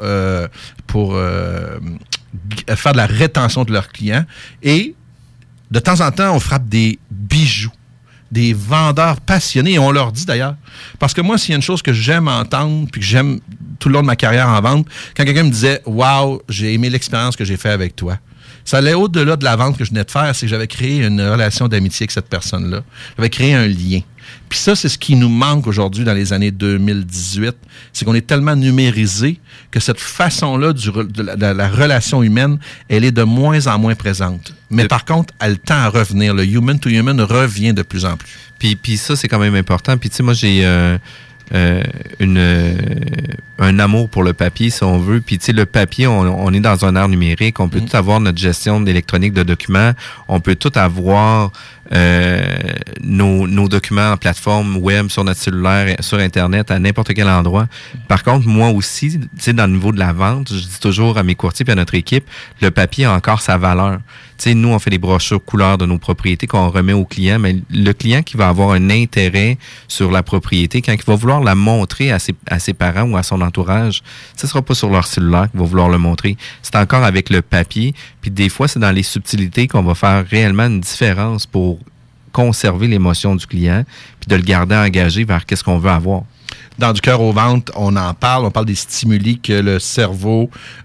faire de la rétention de leurs clients. Et de temps en temps, on frappe des bijoux, des vendeurs passionnés, et on leur dit d'ailleurs. Parce que moi, s'il y a une chose que j'aime entendre, puis que j'aime tout le long de ma carrière en vente, quand quelqu'un me disait « Wow, j'ai aimé l'expérience que j'ai faite avec toi », ça allait au-delà de la vente que je venais de faire, c'est que j'avais créé une relation d'amitié avec cette personne-là. J'avais créé un lien. Puis ça, c'est ce qui nous manque aujourd'hui dans les années 2018, c'est qu'on est tellement numérisé que cette façon-là de la relation humaine, elle est de moins en moins présente. Mais par contre, elle tend à revenir. Le human to human revient de plus en plus. Puis ça, c'est quand même important. Puis tu sais, moi, j'ai un amour pour le papier, si on veut. Puis, tu sais, le papier, on est dans un ère numérique. On peut tout avoir notre gestion d'électronique de documents. On peut tout avoir nos documents en plateforme web, sur notre cellulaire, sur Internet, à n'importe quel endroit. Par contre, moi aussi, tu sais, dans le niveau de la vente, je dis toujours à mes courtiers et à notre équipe, le papier a encore sa valeur. Tu sais, nous, on fait des brochures couleurs de nos propriétés qu'on remet au client, mais le client qui va avoir un intérêt sur la propriété, quand il va vouloir la montrer à ses parents ou à son entourage, ce ne sera pas sur leur cellulaire qu'il va vouloir le montrer. C'est encore avec le papier. Puis des fois, c'est dans les subtilités qu'on va faire réellement une différence pour conserver l'émotion du client, puis de le garder engagé vers qu'est-ce qu'on veut avoir. Dans Du cœur aux ventes, on parle des stimuli que le cerveau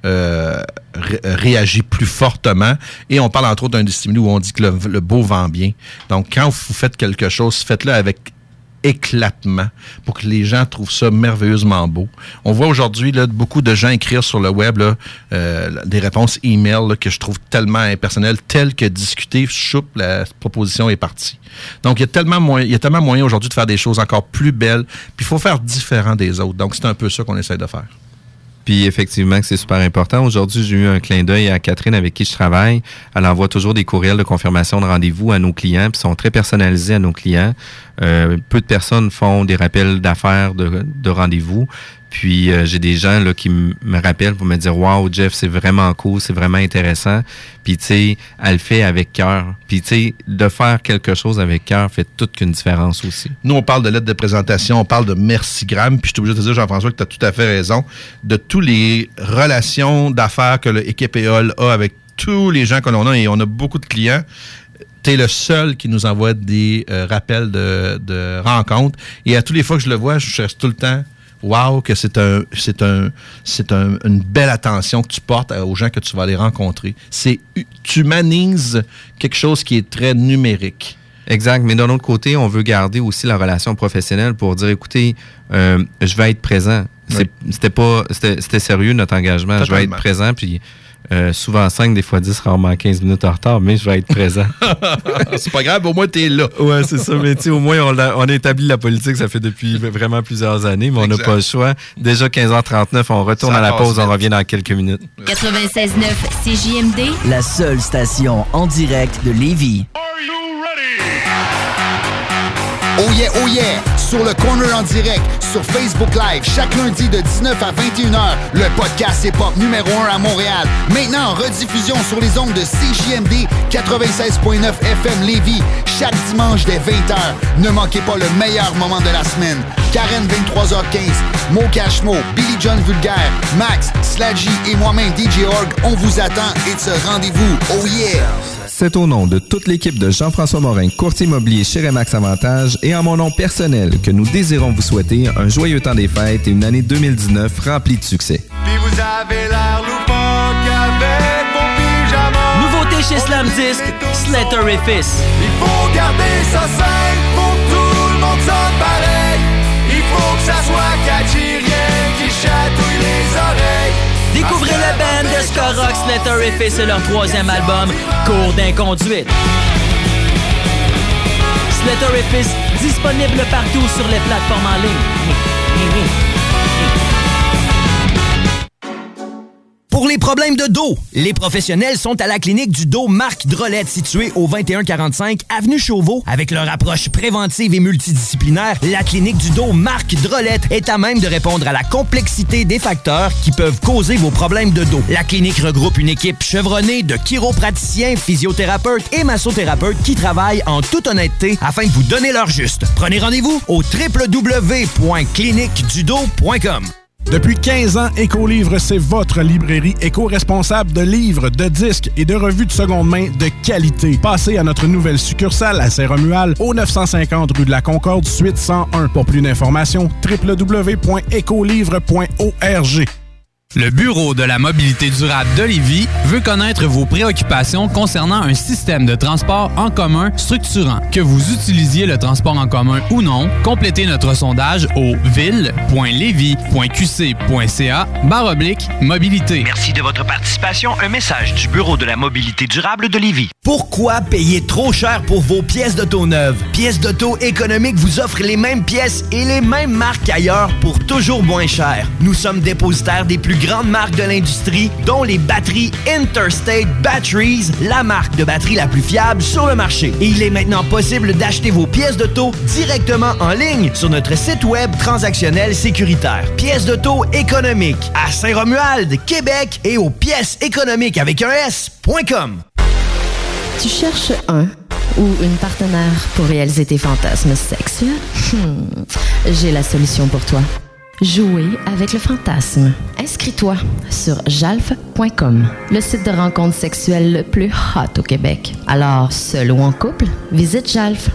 réagit plus fortement. Et on parle entre autres d'un des stimuli où on dit que le beau vend bien. Donc, quand vous faites quelque chose, faites-le avec éclatement pour que les gens trouvent ça merveilleusement beau. On voit aujourd'hui là, beaucoup de gens écrire sur le web là, des réponses email là, que je trouve tellement impersonnelles, telles que discuter, choup, la proposition est partie. Donc, il y a tellement moyen aujourd'hui de faire des choses encore plus belles, puis il faut faire différent des autres. Donc, c'est un peu ça qu'on essaie de faire. Puis effectivement que c'est super important. Aujourd'hui, j'ai eu un clin d'œil à Catherine avec qui je travaille. Elle envoie toujours des courriels de confirmation de rendez-vous à nos clients, puis sont très personnalisés à nos clients. Peu de personnes font des rappels d'affaires de rendez-vous. Puis j'ai des gens là qui me rappellent pour me dire « Wow, Jeff, c'est vraiment cool, c'est vraiment intéressant. » Puis tu sais, elle le fait avec cœur. Puis tu sais, de faire quelque chose avec cœur fait toute qu'une différence aussi. Nous, on parle de lettre de présentation, on parle de mercigramme. Puis je suis obligé de te dire, Jean-François, que tu as tout à fait raison. De tous les relations d'affaires que l'équipe EOL a avec tous les gens que l'on a, et on a beaucoup de clients, t'es le seul qui nous envoie des rappels de rencontres. Et à toutes les fois que je le vois, je cherche tout le temps. Wow, que c'est une belle attention que tu portes aux gens que tu vas aller rencontrer. Tu humanises quelque chose qui est très numérique. Exact, mais d'un autre côté, on veut garder aussi la relation professionnelle pour dire, écoutez, je vais être présent. Oui. C'était sérieux notre engagement. Totalement. Je vais être présent, puis souvent 5, des fois 10, rarement 15 minutes en retard, mais je vais être présent. C'est pas grave, au moins t'es là. Ouais, c'est ça, mais tu sais, au moins on a établi la politique, ça fait depuis vraiment plusieurs années, mais on n'a pas le choix. Déjà 15h39, on retourne à la pause, on revient dans quelques minutes. 96.9 CJMD, la seule station en direct de Lévis. Are you ready? Oh yeah, oh yeah! Sur le Corner en direct, sur Facebook Live, chaque lundi de 19 à 21h, le podcast hip-hop numéro 1 à Montréal. Maintenant en rediffusion sur les ondes de CJMD 96.9 FM Lévis, chaque dimanche dès 20h. Ne manquez pas le meilleur moment de la semaine. Karen 23h15, Mo Cashmo, Billy John Vulgaire, Max, Sladgy et moi-même DJ Org, on vous attend et de ce rendez-vous. Oh yeah! C'est au nom de toute l'équipe de Jean-François Morin, courtier immobilier chez Remax Avantage, et en mon nom personnel que nous désirons vous souhaiter un joyeux temps des fêtes et une année 2019 remplie de succès. Puis vous avez l'air loufoque avec vos pyjamas. Nouveauté chez Slam Disc, Slatterifice. Il faut garder ça simple pour que tout le monde sonne pareil. Il faut que ça soit catchy, rien qui chatouille les oreilles. Découvrez la band de ska rock Slatterifice et leur 3e album, Cours d'inconduite. Slatterifice, disponible partout sur les plateformes en ligne. Pour les problèmes de dos, les professionnels sont à la clinique du dos Marc Drolet, située au 2145 Avenue Chauveau. Avec leur approche préventive et multidisciplinaire, la clinique du dos Marc Drolet est à même de répondre à la complexité des facteurs qui peuvent causer vos problèmes de dos. La clinique regroupe une équipe chevronnée de chiropraticiens, physiothérapeutes et massothérapeutes qui travaillent en toute honnêteté afin de vous donner l'heure juste. Prenez rendez-vous au www.cliniquedudo.com. Depuis 15 ans, Écolivre, c'est votre librairie éco-responsable de livres, de disques et de revues de seconde main de qualité. Passez à notre nouvelle succursale à Saint-Romuald, au 950 rue de la Concorde, suite 101. Pour plus d'informations, www.ecolivre.org. Le Bureau de la mobilité durable de Lévis veut connaître vos préoccupations concernant un système de transport en commun structurant. Que vous utilisiez le transport en commun ou non, complétez notre sondage au ville.levy.qc.ca/mobilité. Merci de votre participation. Un message du Bureau de la mobilité durable de Lévis. Pourquoi payer trop cher pour vos pièces d'auto neuves? Pièces d'auto économiques vous offre les mêmes pièces et les mêmes marques ailleurs pour toujours moins cher. Nous sommes dépositaires des plus grandes marques de l'industrie, dont les batteries Interstate Batteries, la marque de batterie la plus fiable sur le marché. Et il est maintenant possible d'acheter vos pièces d'auto directement en ligne sur notre site web transactionnel sécuritaire. Pièces d'auto économiques à Saint-Romuald, Québec et aux pièces économiques avec un S.com. Tu cherches un ou une partenaire pour réaliser tes fantasmes sexuels? J'ai la solution pour toi. Jouer avec le fantasme. Inscris-toi sur jalf.com, le site de rencontre sexuelle le plus hot au Québec. Alors, seul ou en couple, visite Jalf,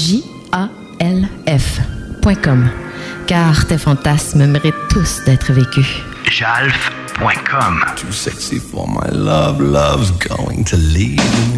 JALF.com, car tes fantasmes méritent tous d'être vécus. Jalf.com. Too sexy for my love, love's going to leave me.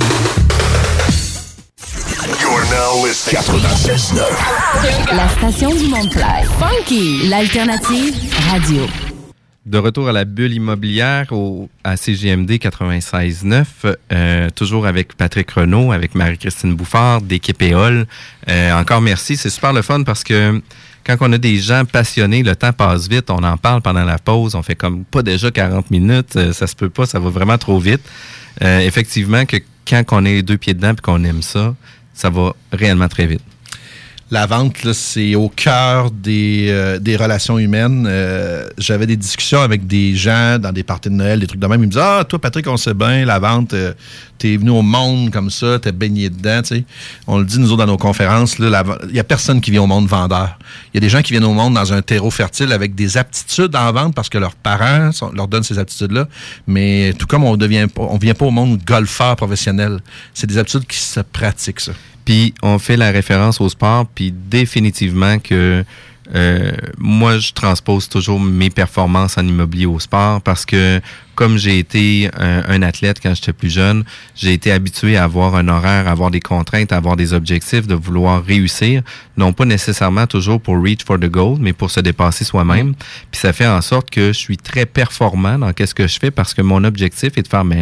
You're now listening. 96.9. La station du Mont-Clair. Funky, l'alternative radio. De retour à la bulle immobilière à CJMD 96.9, toujours avec Patrick Renaud, avec Marie-Christine Bouffard, d'équipe Éole. Encore merci, c'est super le fun parce que quand on a des gens passionnés, le temps passe vite, on en parle pendant la pause, on fait comme pas déjà 40 minutes, ça se peut pas, ça va vraiment trop vite. Effectivement, que quand on est les deux pieds dedans et qu'on aime ça, ça va réellement très vite. La vente, là, c'est au cœur des relations humaines. J'avais des discussions avec des gens dans des parties de Noël, des trucs de même. Ils me disaient « Ah, toi, Patrick, on sait bien, la vente, t'es venu au monde comme ça, t'es baigné dedans. » Tu sais. On le dit, nous autres, dans nos conférences, il n'y a personne qui vient au monde vendeur. Il y a des gens qui viennent au monde dans un terreau fertile avec des aptitudes en vente parce que leurs parents leur donnent ces aptitudes-là. Mais tout comme on vient pas au monde golfeur professionnel. C'est des aptitudes qui se pratiquent, ça. Puis on fait la référence au sport, puis définitivement que moi, je transpose toujours mes performances en immobilier au sport parce que comme j'ai été un athlète quand j'étais plus jeune, j'ai été habitué à avoir un horaire, à avoir des contraintes, à avoir des objectifs, de vouloir réussir, non pas nécessairement toujours pour reach for the goal, mais pour se dépasser soi-même. Puis ça fait en sorte que je suis très performant dans ce que je fais parce que mon objectif est de faire meilleur.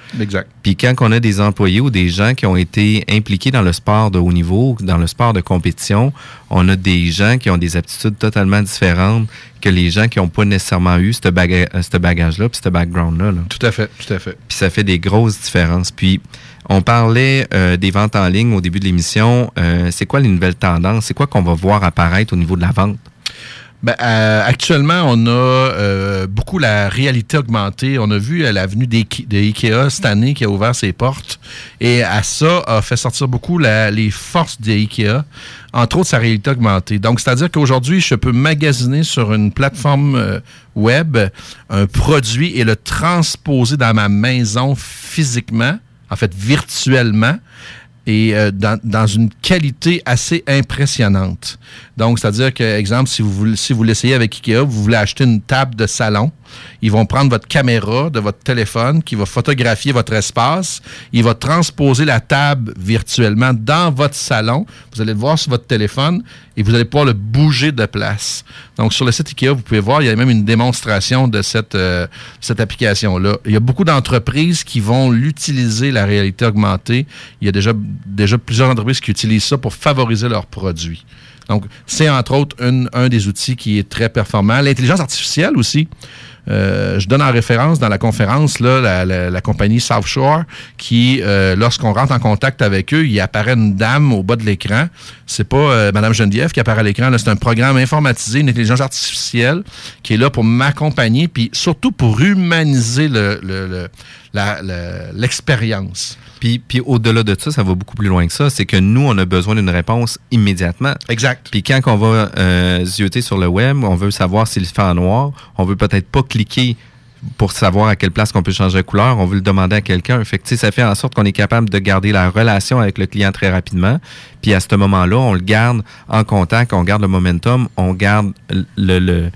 Exact. Puis quand on a des employés ou des gens qui ont été impliqués dans le sport de haut niveau, dans le sport de compétition, on a des gens qui ont des aptitudes totalement différentes que les gens qui n'ont pas nécessairement eu ce bagage-là puis ce background-là. Là. Tout à fait, tout à fait. Puis ça fait des grosses différences. Puis on parlait des ventes en ligne au début de l'émission. C'est quoi les nouvelles tendances? C'est quoi qu'on va voir apparaître au niveau de la vente? Ben, actuellement, on a beaucoup la réalité augmentée. On a vu l'avenue d'IKEA cette année qui a ouvert ses portes. Et à ça, a fait sortir beaucoup les forces d'IKEA, entre autres sa réalité augmentée. Donc, c'est-à-dire qu'aujourd'hui, je peux magasiner sur une plateforme web un produit et le transposer dans ma maison physiquement, en fait virtuellement, et dans une qualité assez impressionnante. Donc, c'est-à-dire que, exemple, si vous l'essayez avec IKEA, vous voulez acheter une table de salon, ils vont prendre votre caméra de votre téléphone qui va photographier votre espace, il va transposer la table virtuellement dans votre salon, vous allez le voir sur votre téléphone et vous allez pouvoir le bouger de place. Donc, sur le site IKEA, vous pouvez voir, il y a même une démonstration de cette application-là. Il y a beaucoup d'entreprises qui vont l'utiliser, la réalité augmentée. Il y a déjà plusieurs entreprises qui utilisent ça pour favoriser leurs produits. Donc, c'est entre autres un des outils qui est très performant. L'intelligence artificielle aussi. Je donne en référence dans la conférence là, la compagnie South Shore qui, lorsqu'on rentre en contact avec eux, il apparaît une dame au bas de l'écran. C'est pas Madame Geneviève qui apparaît à l'écran. Là, c'est un programme informatisé, une intelligence artificielle qui est là pour m'accompagner puis surtout pour humaniser l'expérience. Puis au-delà de ça, ça va beaucoup plus loin que ça. C'est que nous, on a besoin d'une réponse immédiatement. Exact. Puis quand on va zioter sur le web, on veut savoir s'il fait en noir. On veut peut-être pas cliquer pour savoir à quelle place qu'on peut changer de couleur. On veut le demander à quelqu'un. Fait que, ça fait en sorte qu'on est capable de garder la relation avec le client très rapidement. Puis à ce moment-là, on le garde en contact, on garde le momentum, on garde le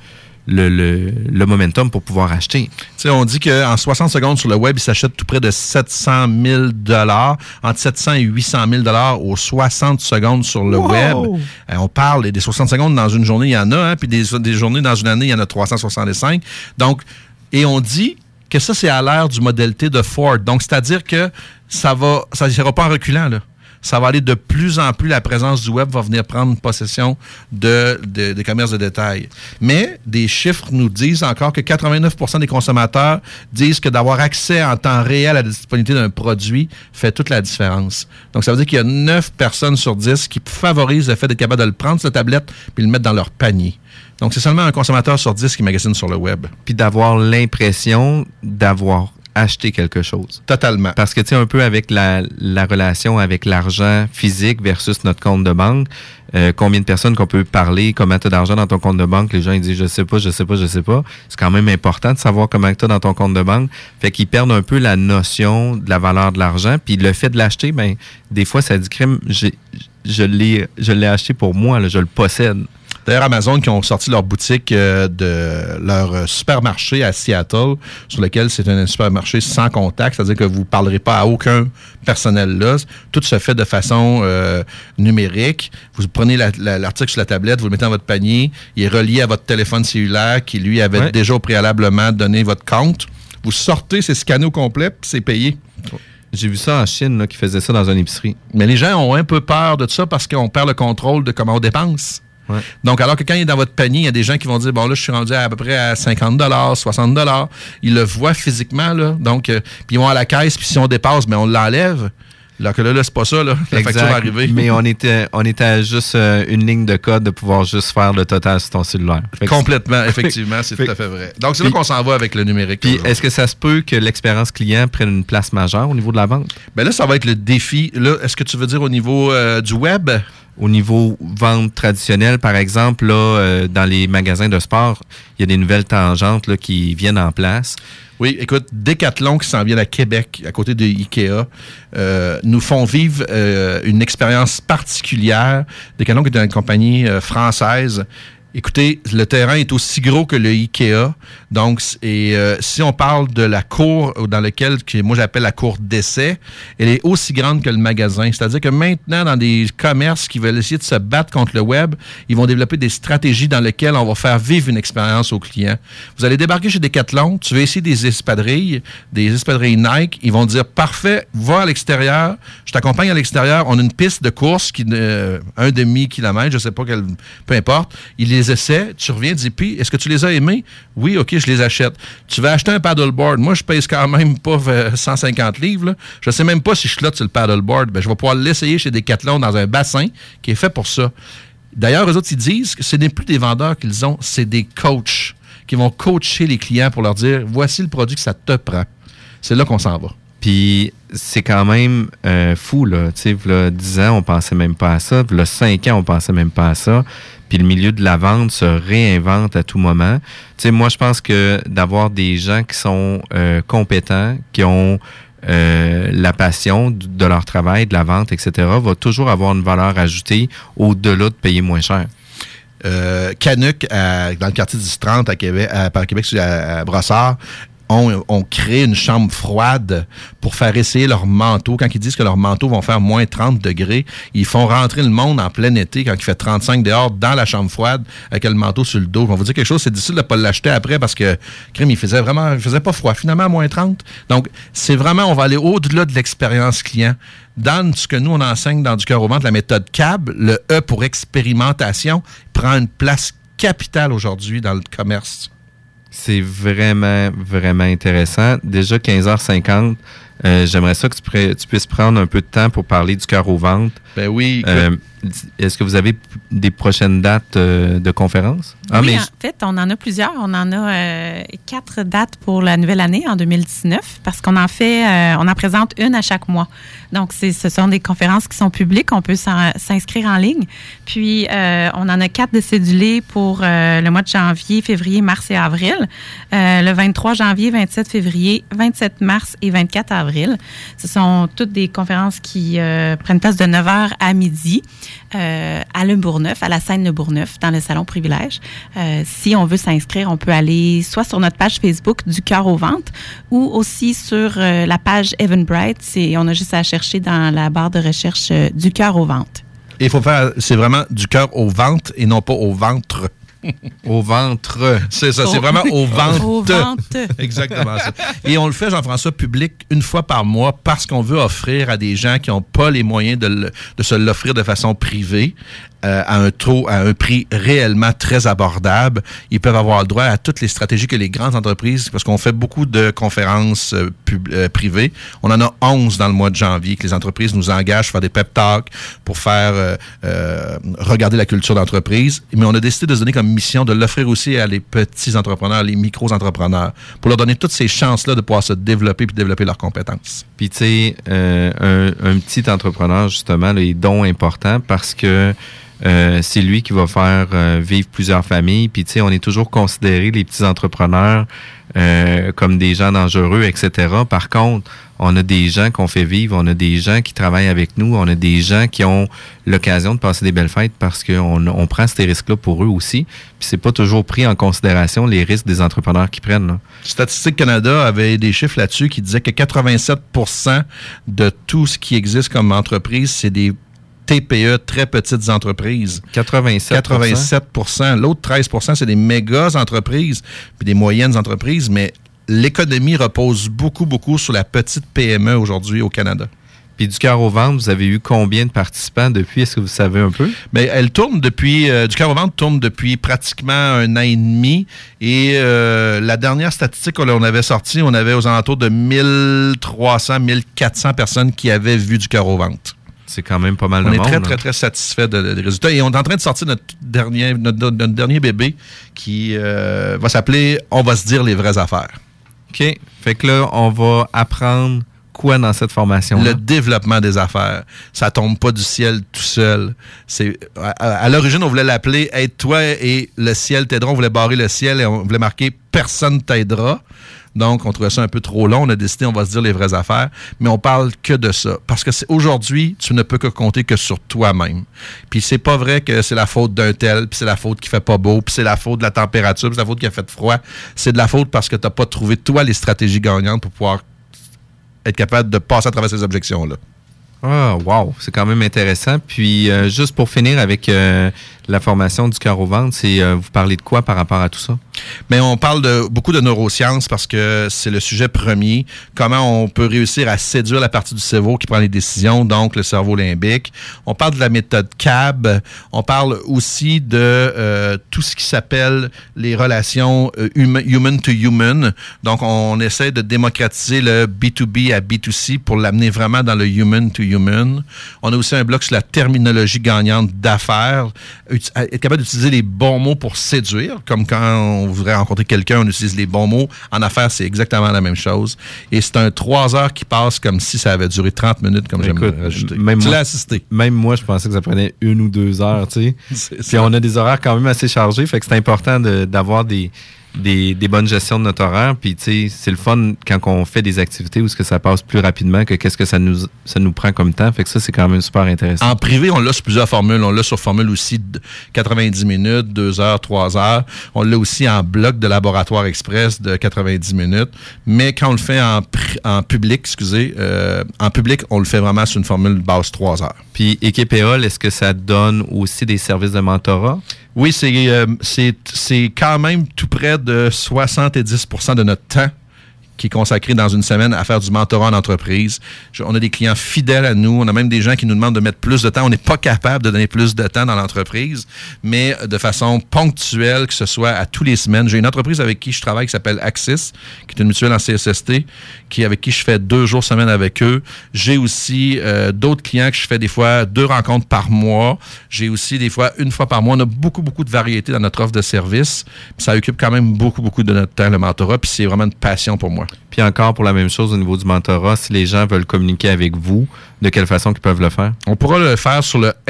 momentum pour pouvoir acheter. Tu sais, on dit qu'en 60 secondes sur le web, il s'achète tout près de 700 000 $, entre 700 et 800 000 $ aux 60 secondes sur le web. On parle des 60 secondes dans une journée, il y en a, hein, puis des journées dans une année, il y en a 365. Donc, et on dit que ça, c'est à l'ère du modèle T de Ford. Donc, c'est-à-dire que ça n'ira pas en reculant, là. Ça va aller de plus en plus, la présence du web va venir prendre possession des commerces de détail. Mais des chiffres nous disent encore que 89% des consommateurs disent que d'avoir accès en temps réel à la disponibilité d'un produit fait toute la différence. Donc, ça veut dire qu'il y a 9 personnes sur 10 qui favorisent le fait d'être capable de le prendre sur la tablette puis le mettre dans leur panier. Donc, c'est seulement un consommateur sur 10 qui magasine sur le web. Puis d'avoir l'impression d'avoir acheter quelque chose. Totalement. Parce que, tu sais, un peu avec la relation avec l'argent physique versus notre compte de banque, combien de personnes qu'on peut parler, comment tu as d'argent dans ton compte de banque, les gens ils disent je sais pas. C'est quand même important de savoir comment tu as dans ton compte de banque. Fait qu'ils perdent un peu la notion de la valeur de l'argent. Puis le fait de l'acheter, ben des fois, ça dit crime, je l'ai acheté pour moi, là, je le possède. D'ailleurs, Amazon qui ont sorti leur boutique de leur supermarché à Seattle, sur lequel c'est un supermarché sans contact, c'est-à-dire que vous ne parlerez pas à aucun personnel là. Tout se fait de façon numérique. Vous prenez l'article sur la tablette, vous le mettez dans votre panier, il est relié à votre téléphone cellulaire qui, lui, avait déjà au préalablement donné votre compte. Vous sortez, c'est scanné au complet, puis c'est payé. J'ai vu ça en Chine, là, qui faisait ça dans une épicerie. Mais les gens ont un peu peur de ça parce qu'on perd le contrôle de comment on dépense. Ouais. Donc, alors que quand il est dans votre panier, il y a des gens qui vont dire, bon, là, je suis rendu à peu près à 50 $, 60 $. Ils le voient physiquement, là. Donc, puis ils vont à la caisse, puis si on dépasse, mais on l'enlève. Alors que là, c'est pas ça, là. La facture va arriver. Mais on était à juste une ligne de code de pouvoir juste faire le total sur ton cellulaire. Complètement, effectivement, c'est tout à fait vrai. Donc, c'est là qu'on s'en va avec le numérique. Puis, est-ce que ça se peut que l'expérience client prenne une place majeure au niveau de la vente? Bien là, ça va être le défi. Là, est-ce que tu veux dire au niveau du web? Au niveau vente traditionnelle, par exemple, là, dans les magasins de sport, il y a des nouvelles tangentes là, qui viennent en place. Oui, écoute, Decathlon qui s'en vient à Québec, à côté de IKEA, nous font vivre une expérience particulière. Decathlon qui est une compagnie française Écoutez, le terrain est aussi gros que le IKEA. Donc, si on parle de la cour dans laquelle, que moi j'appelle la cour d'essai, elle est aussi grande que le magasin. C'est-à-dire que maintenant, dans des commerces qui veulent essayer de se battre contre le web, ils vont développer des stratégies dans lesquelles on va faire vivre une expérience aux clients. Vous allez débarquer chez Decathlon, tu veux essayer des espadrilles Nike, ils vont te dire, parfait, va à l'extérieur, je t'accompagne à l'extérieur, on a une piste de course qui un demi-kilomètre, je sais pas peu importe, il les essaie, tu reviens, tu dis, puis, est-ce que tu les as aimés? Oui, OK, je les achète. Tu vas acheter un paddleboard. Moi, je pèse quand même pas 150 livres. Là. Je sais même pas si je flotte sur le paddleboard. Ben, je vais pouvoir l'essayer chez Decathlon dans un bassin qui est fait pour ça. D'ailleurs, eux autres, ils disent que ce n'est plus des vendeurs qu'ils ont, c'est des coachs qui vont coacher les clients pour leur dire, voici le produit que ça te prend. C'est là qu'on s'en va. Puis c'est quand même fou, là. Tu sais, v'là 10 ans, on pensait même pas à ça. V'là 5 ans, on pensait même pas à ça. Puis le milieu de la vente se réinvente à tout moment. Tu sais, moi, je pense que d'avoir des gens qui sont compétents, qui ont la passion de leur travail, de la vente, etc., va toujours avoir une valeur ajoutée au-delà de payer moins cher. Canuck, dans le quartier du 30 à Québec, par Québec, à Brossard, ont créé une chambre froide pour faire essayer leurs manteaux. Quand ils disent que leurs manteaux vont faire moins 30 degrés, ils font rentrer le monde en plein été, quand il fait 35 dehors, dans la chambre froide, avec le manteau sur le dos. On va vous dire quelque chose, c'est difficile de ne pas l'acheter après parce que, crime, il faisait pas froid. Finalement, à moins 30. Donc, c'est vraiment, on va aller au-delà de l'expérience client. Dans ce que nous, on enseigne dans Du cœur au ventre, la méthode CAB, le E pour expérimentation, prend une place capitale aujourd'hui dans le commerce. C'est vraiment, vraiment intéressant. Déjà 15h50, j'aimerais ça que tu puisses prendre un peu de temps pour parler du cœur au ventre. Ben oui. Est-ce que vous avez des prochaines dates de conférences? Oui, en fait, on en a plusieurs. On en a 4 dates pour la nouvelle année, en 2019, parce qu'on on en présente une à chaque mois. Donc, ce sont des conférences qui sont publiques. On peut s'inscrire en ligne. Puis, on en a 4 de cédulés pour le mois de janvier, février, mars et avril. Le 23 janvier, 27 février, 27 mars et 24 avril. Ce sont toutes des conférences qui prennent place de 9h à midi. À Le Bourgneuf, à la scène Le Bourgneuf, dans le salon Privilège. Si on veut s'inscrire, on peut aller soit sur notre page Facebook Du cœur au ventre ou aussi sur la page Eventbrite. On a juste à chercher dans la barre de recherche Du cœur au ventre. Et il faut faire, c'est vraiment Du cœur au ventre et non pas au ventre. Au ventre. C'est ça, c'est vraiment au ventre. Au ventre. Exactement ça. Et on le fait, Jean-François, public une fois par mois parce qu'on veut offrir à des gens qui n'ont pas les moyens de se l'offrir de façon privée à un prix réellement très abordable. Ils peuvent avoir le droit à toutes les stratégies que les grandes entreprises, parce qu'on fait beaucoup de conférences privées. On en a 11 dans le mois de janvier que les entreprises nous engagent pour faire des pep talks, pour faire regarder la culture d'entreprise. Mais on a décidé de se donner comme mission de l'offrir aussi à les petits entrepreneurs, les micro-entrepreneurs, pour leur donner toutes ces chances-là de pouvoir se développer puis développer leurs compétences. Puis tu sais, un petit entrepreneur, justement, là, est donc important parce que c'est lui qui va faire vivre plusieurs familles. Puis, tu sais, on est toujours considérés, les petits entrepreneurs, comme des gens dangereux, etc. Par contre, on a des gens qu'on fait vivre, on a des gens qui travaillent avec nous, on a des gens qui ont l'occasion de passer des belles fêtes parce qu'on prend ces risques-là pour eux aussi. Puis, c'est pas toujours pris en considération les risques des entrepreneurs qui prennent, là. Statistique Canada avait des chiffres là-dessus qui disaient que 87% de tout ce qui existe comme entreprise, c'est des TPE, très petites entreprises. 87%. L'autre 13%, c'est des méga entreprises, puis des moyennes entreprises, mais l'économie repose beaucoup, beaucoup sur la petite PME aujourd'hui au Canada. Puis Du cœur au ventre, vous avez eu combien de participants depuis? Est-ce que vous savez un peu? Bien, elle tourne depuis... Du cœur au ventre tourne depuis pratiquement 1 an et demi. Et la dernière statistique qu'on avait sortie, on avait aux alentours de 1300, 1400 personnes qui avaient vu Du cœur au ventre. C'est quand même pas mal de monde. On est très, très, très satisfait des résultats. Et on est en train de sortir notre dernier bébé qui va s'appeler « On va se dire les vraies affaires ». OK. Fait que là, on va apprendre quoi dans cette formation-là? Le développement des affaires. Ça tombe pas du ciel tout seul. À l'origine, on voulait l'appeler « Aide-toi et le ciel t'aidera ». On voulait barrer le ciel et on voulait marquer « Personne t'aidera ». Donc, on trouvait ça un peu trop long. On a décidé, on va se dire les vraies affaires, mais on parle que de ça. Parce que aujourd'hui, tu ne peux que compter que sur toi-même. Puis c'est pas vrai que c'est la faute d'un tel, puis c'est la faute qui fait pas beau, puis c'est la faute de la température, puis c'est la faute qui a fait froid. C'est de la faute parce que tu n'as pas trouvé, toi, les stratégies gagnantes pour pouvoir être capable de passer à travers ces objections-là. Ah, wow! C'est quand même intéressant. Puis, juste pour finir avec la formation du cœur au ventre, vous parlez de quoi par rapport à tout ça? Mais on parle beaucoup de neurosciences parce que c'est le sujet premier. Comment on peut réussir à séduire la partie du cerveau qui prend les décisions, donc le cerveau limbique. On parle de la méthode CAB. On parle aussi de tout ce qui s'appelle les relations human to human. Donc, on essaie de démocratiser le B2B à B2C pour l'amener vraiment dans le human to human. On a aussi un bloc sur la terminologie gagnante d'affaires. Être capable d'utiliser les bons mots pour séduire, comme quand on voudrait rencontrer quelqu'un, on utilise les bons mots. En affaires, c'est exactement la même chose. Et c'est un 3 heures qui passe comme si ça avait duré 30 minutes, comme j'aimerais rajouter. Tu l'as assisté. Même moi, je pensais que ça prenait 1 ou 2 heures, tu sais. Puis on a des horaires quand même assez chargés, fait que c'est important d'avoir des bonnes gestions de notre horaire. Puis, tu sais, c'est le fun quand on fait des activités où ce que ça passe plus rapidement que qu'est-ce que ça nous prend comme temps. Fait que ça, c'est quand même super intéressant. En privé, on l'a sur plusieurs formules. On l'a sur formule aussi de 90 minutes, 2 heures, 3 heures. On l'a aussi en bloc de laboratoire express de 90 minutes. Mais quand on le fait en public, en public, on le fait vraiment sur une formule base 3 heures. Puis, Équipe Éole, est-ce que ça donne aussi des services de mentorat? Oui, c'est quand même tout près de 70% de notre temps qui est consacré dans une semaine à faire du mentorat en entreprise. On a des clients fidèles à nous. On a même des gens qui nous demandent de mettre plus de temps. On n'est pas capable de donner plus de temps dans l'entreprise, mais de façon ponctuelle, que ce soit à tous les semaines. J'ai une entreprise avec qui je travaille qui s'appelle Axis, qui est une mutuelle en CSST, avec qui je fais 2 jours semaine avec eux. J'ai aussi d'autres clients que je fais des fois 2 rencontres par mois. J'ai aussi des fois 1 fois par mois. On a beaucoup, beaucoup de variété dans notre offre de services. Puis ça occupe quand même beaucoup, beaucoup de notre temps, le mentorat. Puis c'est vraiment une passion pour moi. Puis encore pour la même chose au niveau du mentorat, si les gens veulent communiquer avec vous, de quelle façon ils peuvent le faire? On pourra le faire sur le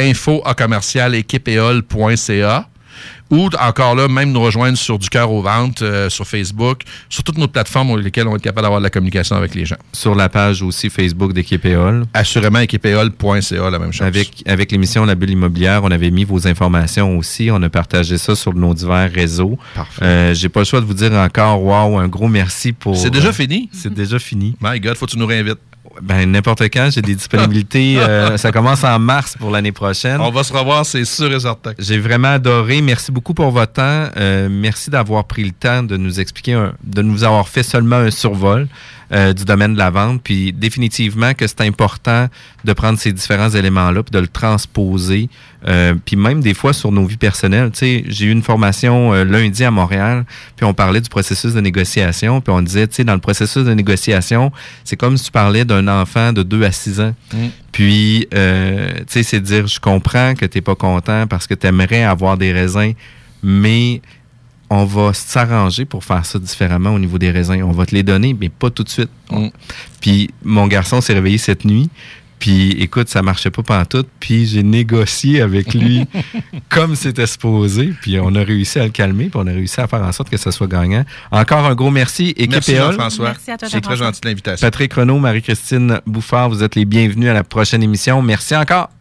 info@équipeéole.ca ou encore là, même nous rejoindre sur Du Cœur au Ventre, sur Facebook, sur toutes nos plateformes sur lesquelles on va être capable d'avoir de la communication avec les gens. Sur la page aussi Facebook d'Équipe Éole. Assurément, équipeéole.ca, la même chose. Avec l'émission La Bulle immobilière, on avait mis vos informations aussi. On a partagé ça sur nos divers réseaux. Parfait. J'ai pas le choix de vous dire encore, wow, un gros merci pour... C'est déjà fini? C'est déjà fini. My God, faut que tu nous réinvites. Ben, n'importe quand, j'ai des disponibilités. Ça commence en mars pour l'année prochaine. On va se revoir, c'est sûr et certain. J'ai vraiment adoré. Merci beaucoup pour votre temps. Merci d'avoir pris le temps de nous expliquer, de nous avoir fait seulement un survol du domaine de la vente. Puis définitivement que c'est important de prendre ces différents éléments-là puis de le transposer. Puis même des fois sur nos vies personnelles. Tu sais, j'ai eu une formation lundi à Montréal, puis on parlait du processus de négociation, puis on disait, tu sais, dans le processus de négociation, c'est comme si tu parlais d'un enfant de 2 à 6 ans. Puis, tu sais, c'est de dire, je comprends que t'es pas content parce que t'aimerais avoir des raisins, mais on va s'arranger pour faire ça différemment au niveau des raisins. On va te les donner, mais pas tout de suite. Puis, mon garçon s'est réveillé cette nuit, puis, écoute, ça marchait pas pantoute. Puis, j'ai négocié avec lui comme c'était supposé. Puis, on a réussi à le calmer. Puis, on a réussi à faire en sorte que ça soit gagnant. Encore un gros merci. Équipe Merci Éole. Jean-François. Merci à toi, c'est très gentil de l'invitation. Patrick Renaud, Marie-Christine Bouffard, vous êtes les bienvenus à la prochaine émission. Merci encore.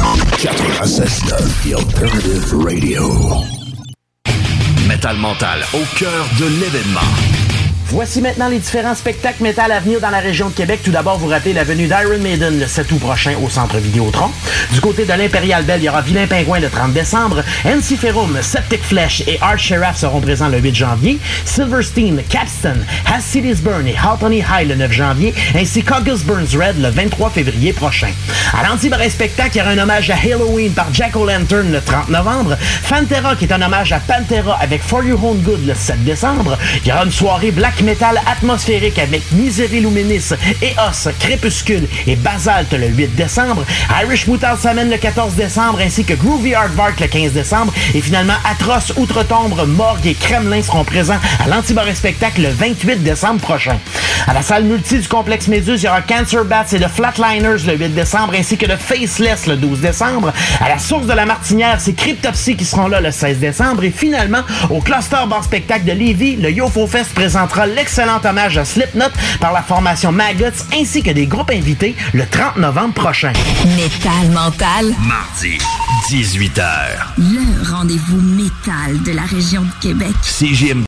96.9 Alternative Radio. Métal Mental, au cœur de l'événement. Voici maintenant les différents spectacles métal à venir dans la région de Québec. Tout d'abord, vous rappelez la venue d'Iron Maiden le 7 août prochain au Centre Vidéotron. Du côté de l'Impérial Belle, il y aura Vilain Pingouin le 30 décembre. Ensiferum, Septic Flesh et Art Sheriff seront présents le 8 janvier. Silverstein, Capstan, Has Cities Burn et Haltony High le 9 janvier, ainsi qu'August Burns Red le 23 février prochain. À l'Antibaret Spectacle, il y aura un hommage à Halloween par Jack O'Lantern le 30 novembre. Fantera, qui est un hommage à Pantera avec For Your Own Good le 7 décembre. Il y aura une soirée black metal atmosphérique avec Misery Luminis, Eos, Crépuscule et Basalt le 8 décembre. Irish Moutarde s'amène le 14 décembre, ainsi que Groovy Aardvark le 15 décembre. Et finalement, Atroce, Outre-Tombe, Morgue et Kremlin seront présents à l'Antibaret Spectacle le 28 décembre prochain. À la salle multi du complexe Méduse, il y aura Cancer Bats et The Flatliners le 8 décembre, ainsi que The Faceless le 12 décembre. À la Source de la Martinière, c'est Cryptopsy qui seront là le 16 décembre. Et finalement, au Cluster Bar Spectacle de Lévis, le YoFo Fest présentera fêtera l'excellent hommage à Slipknot par la formation Maggots ainsi que des groupes invités le 30 novembre prochain. Métal Mental. Mardi, 18h. Le rendez-vous métal de la région de Québec. CJMD.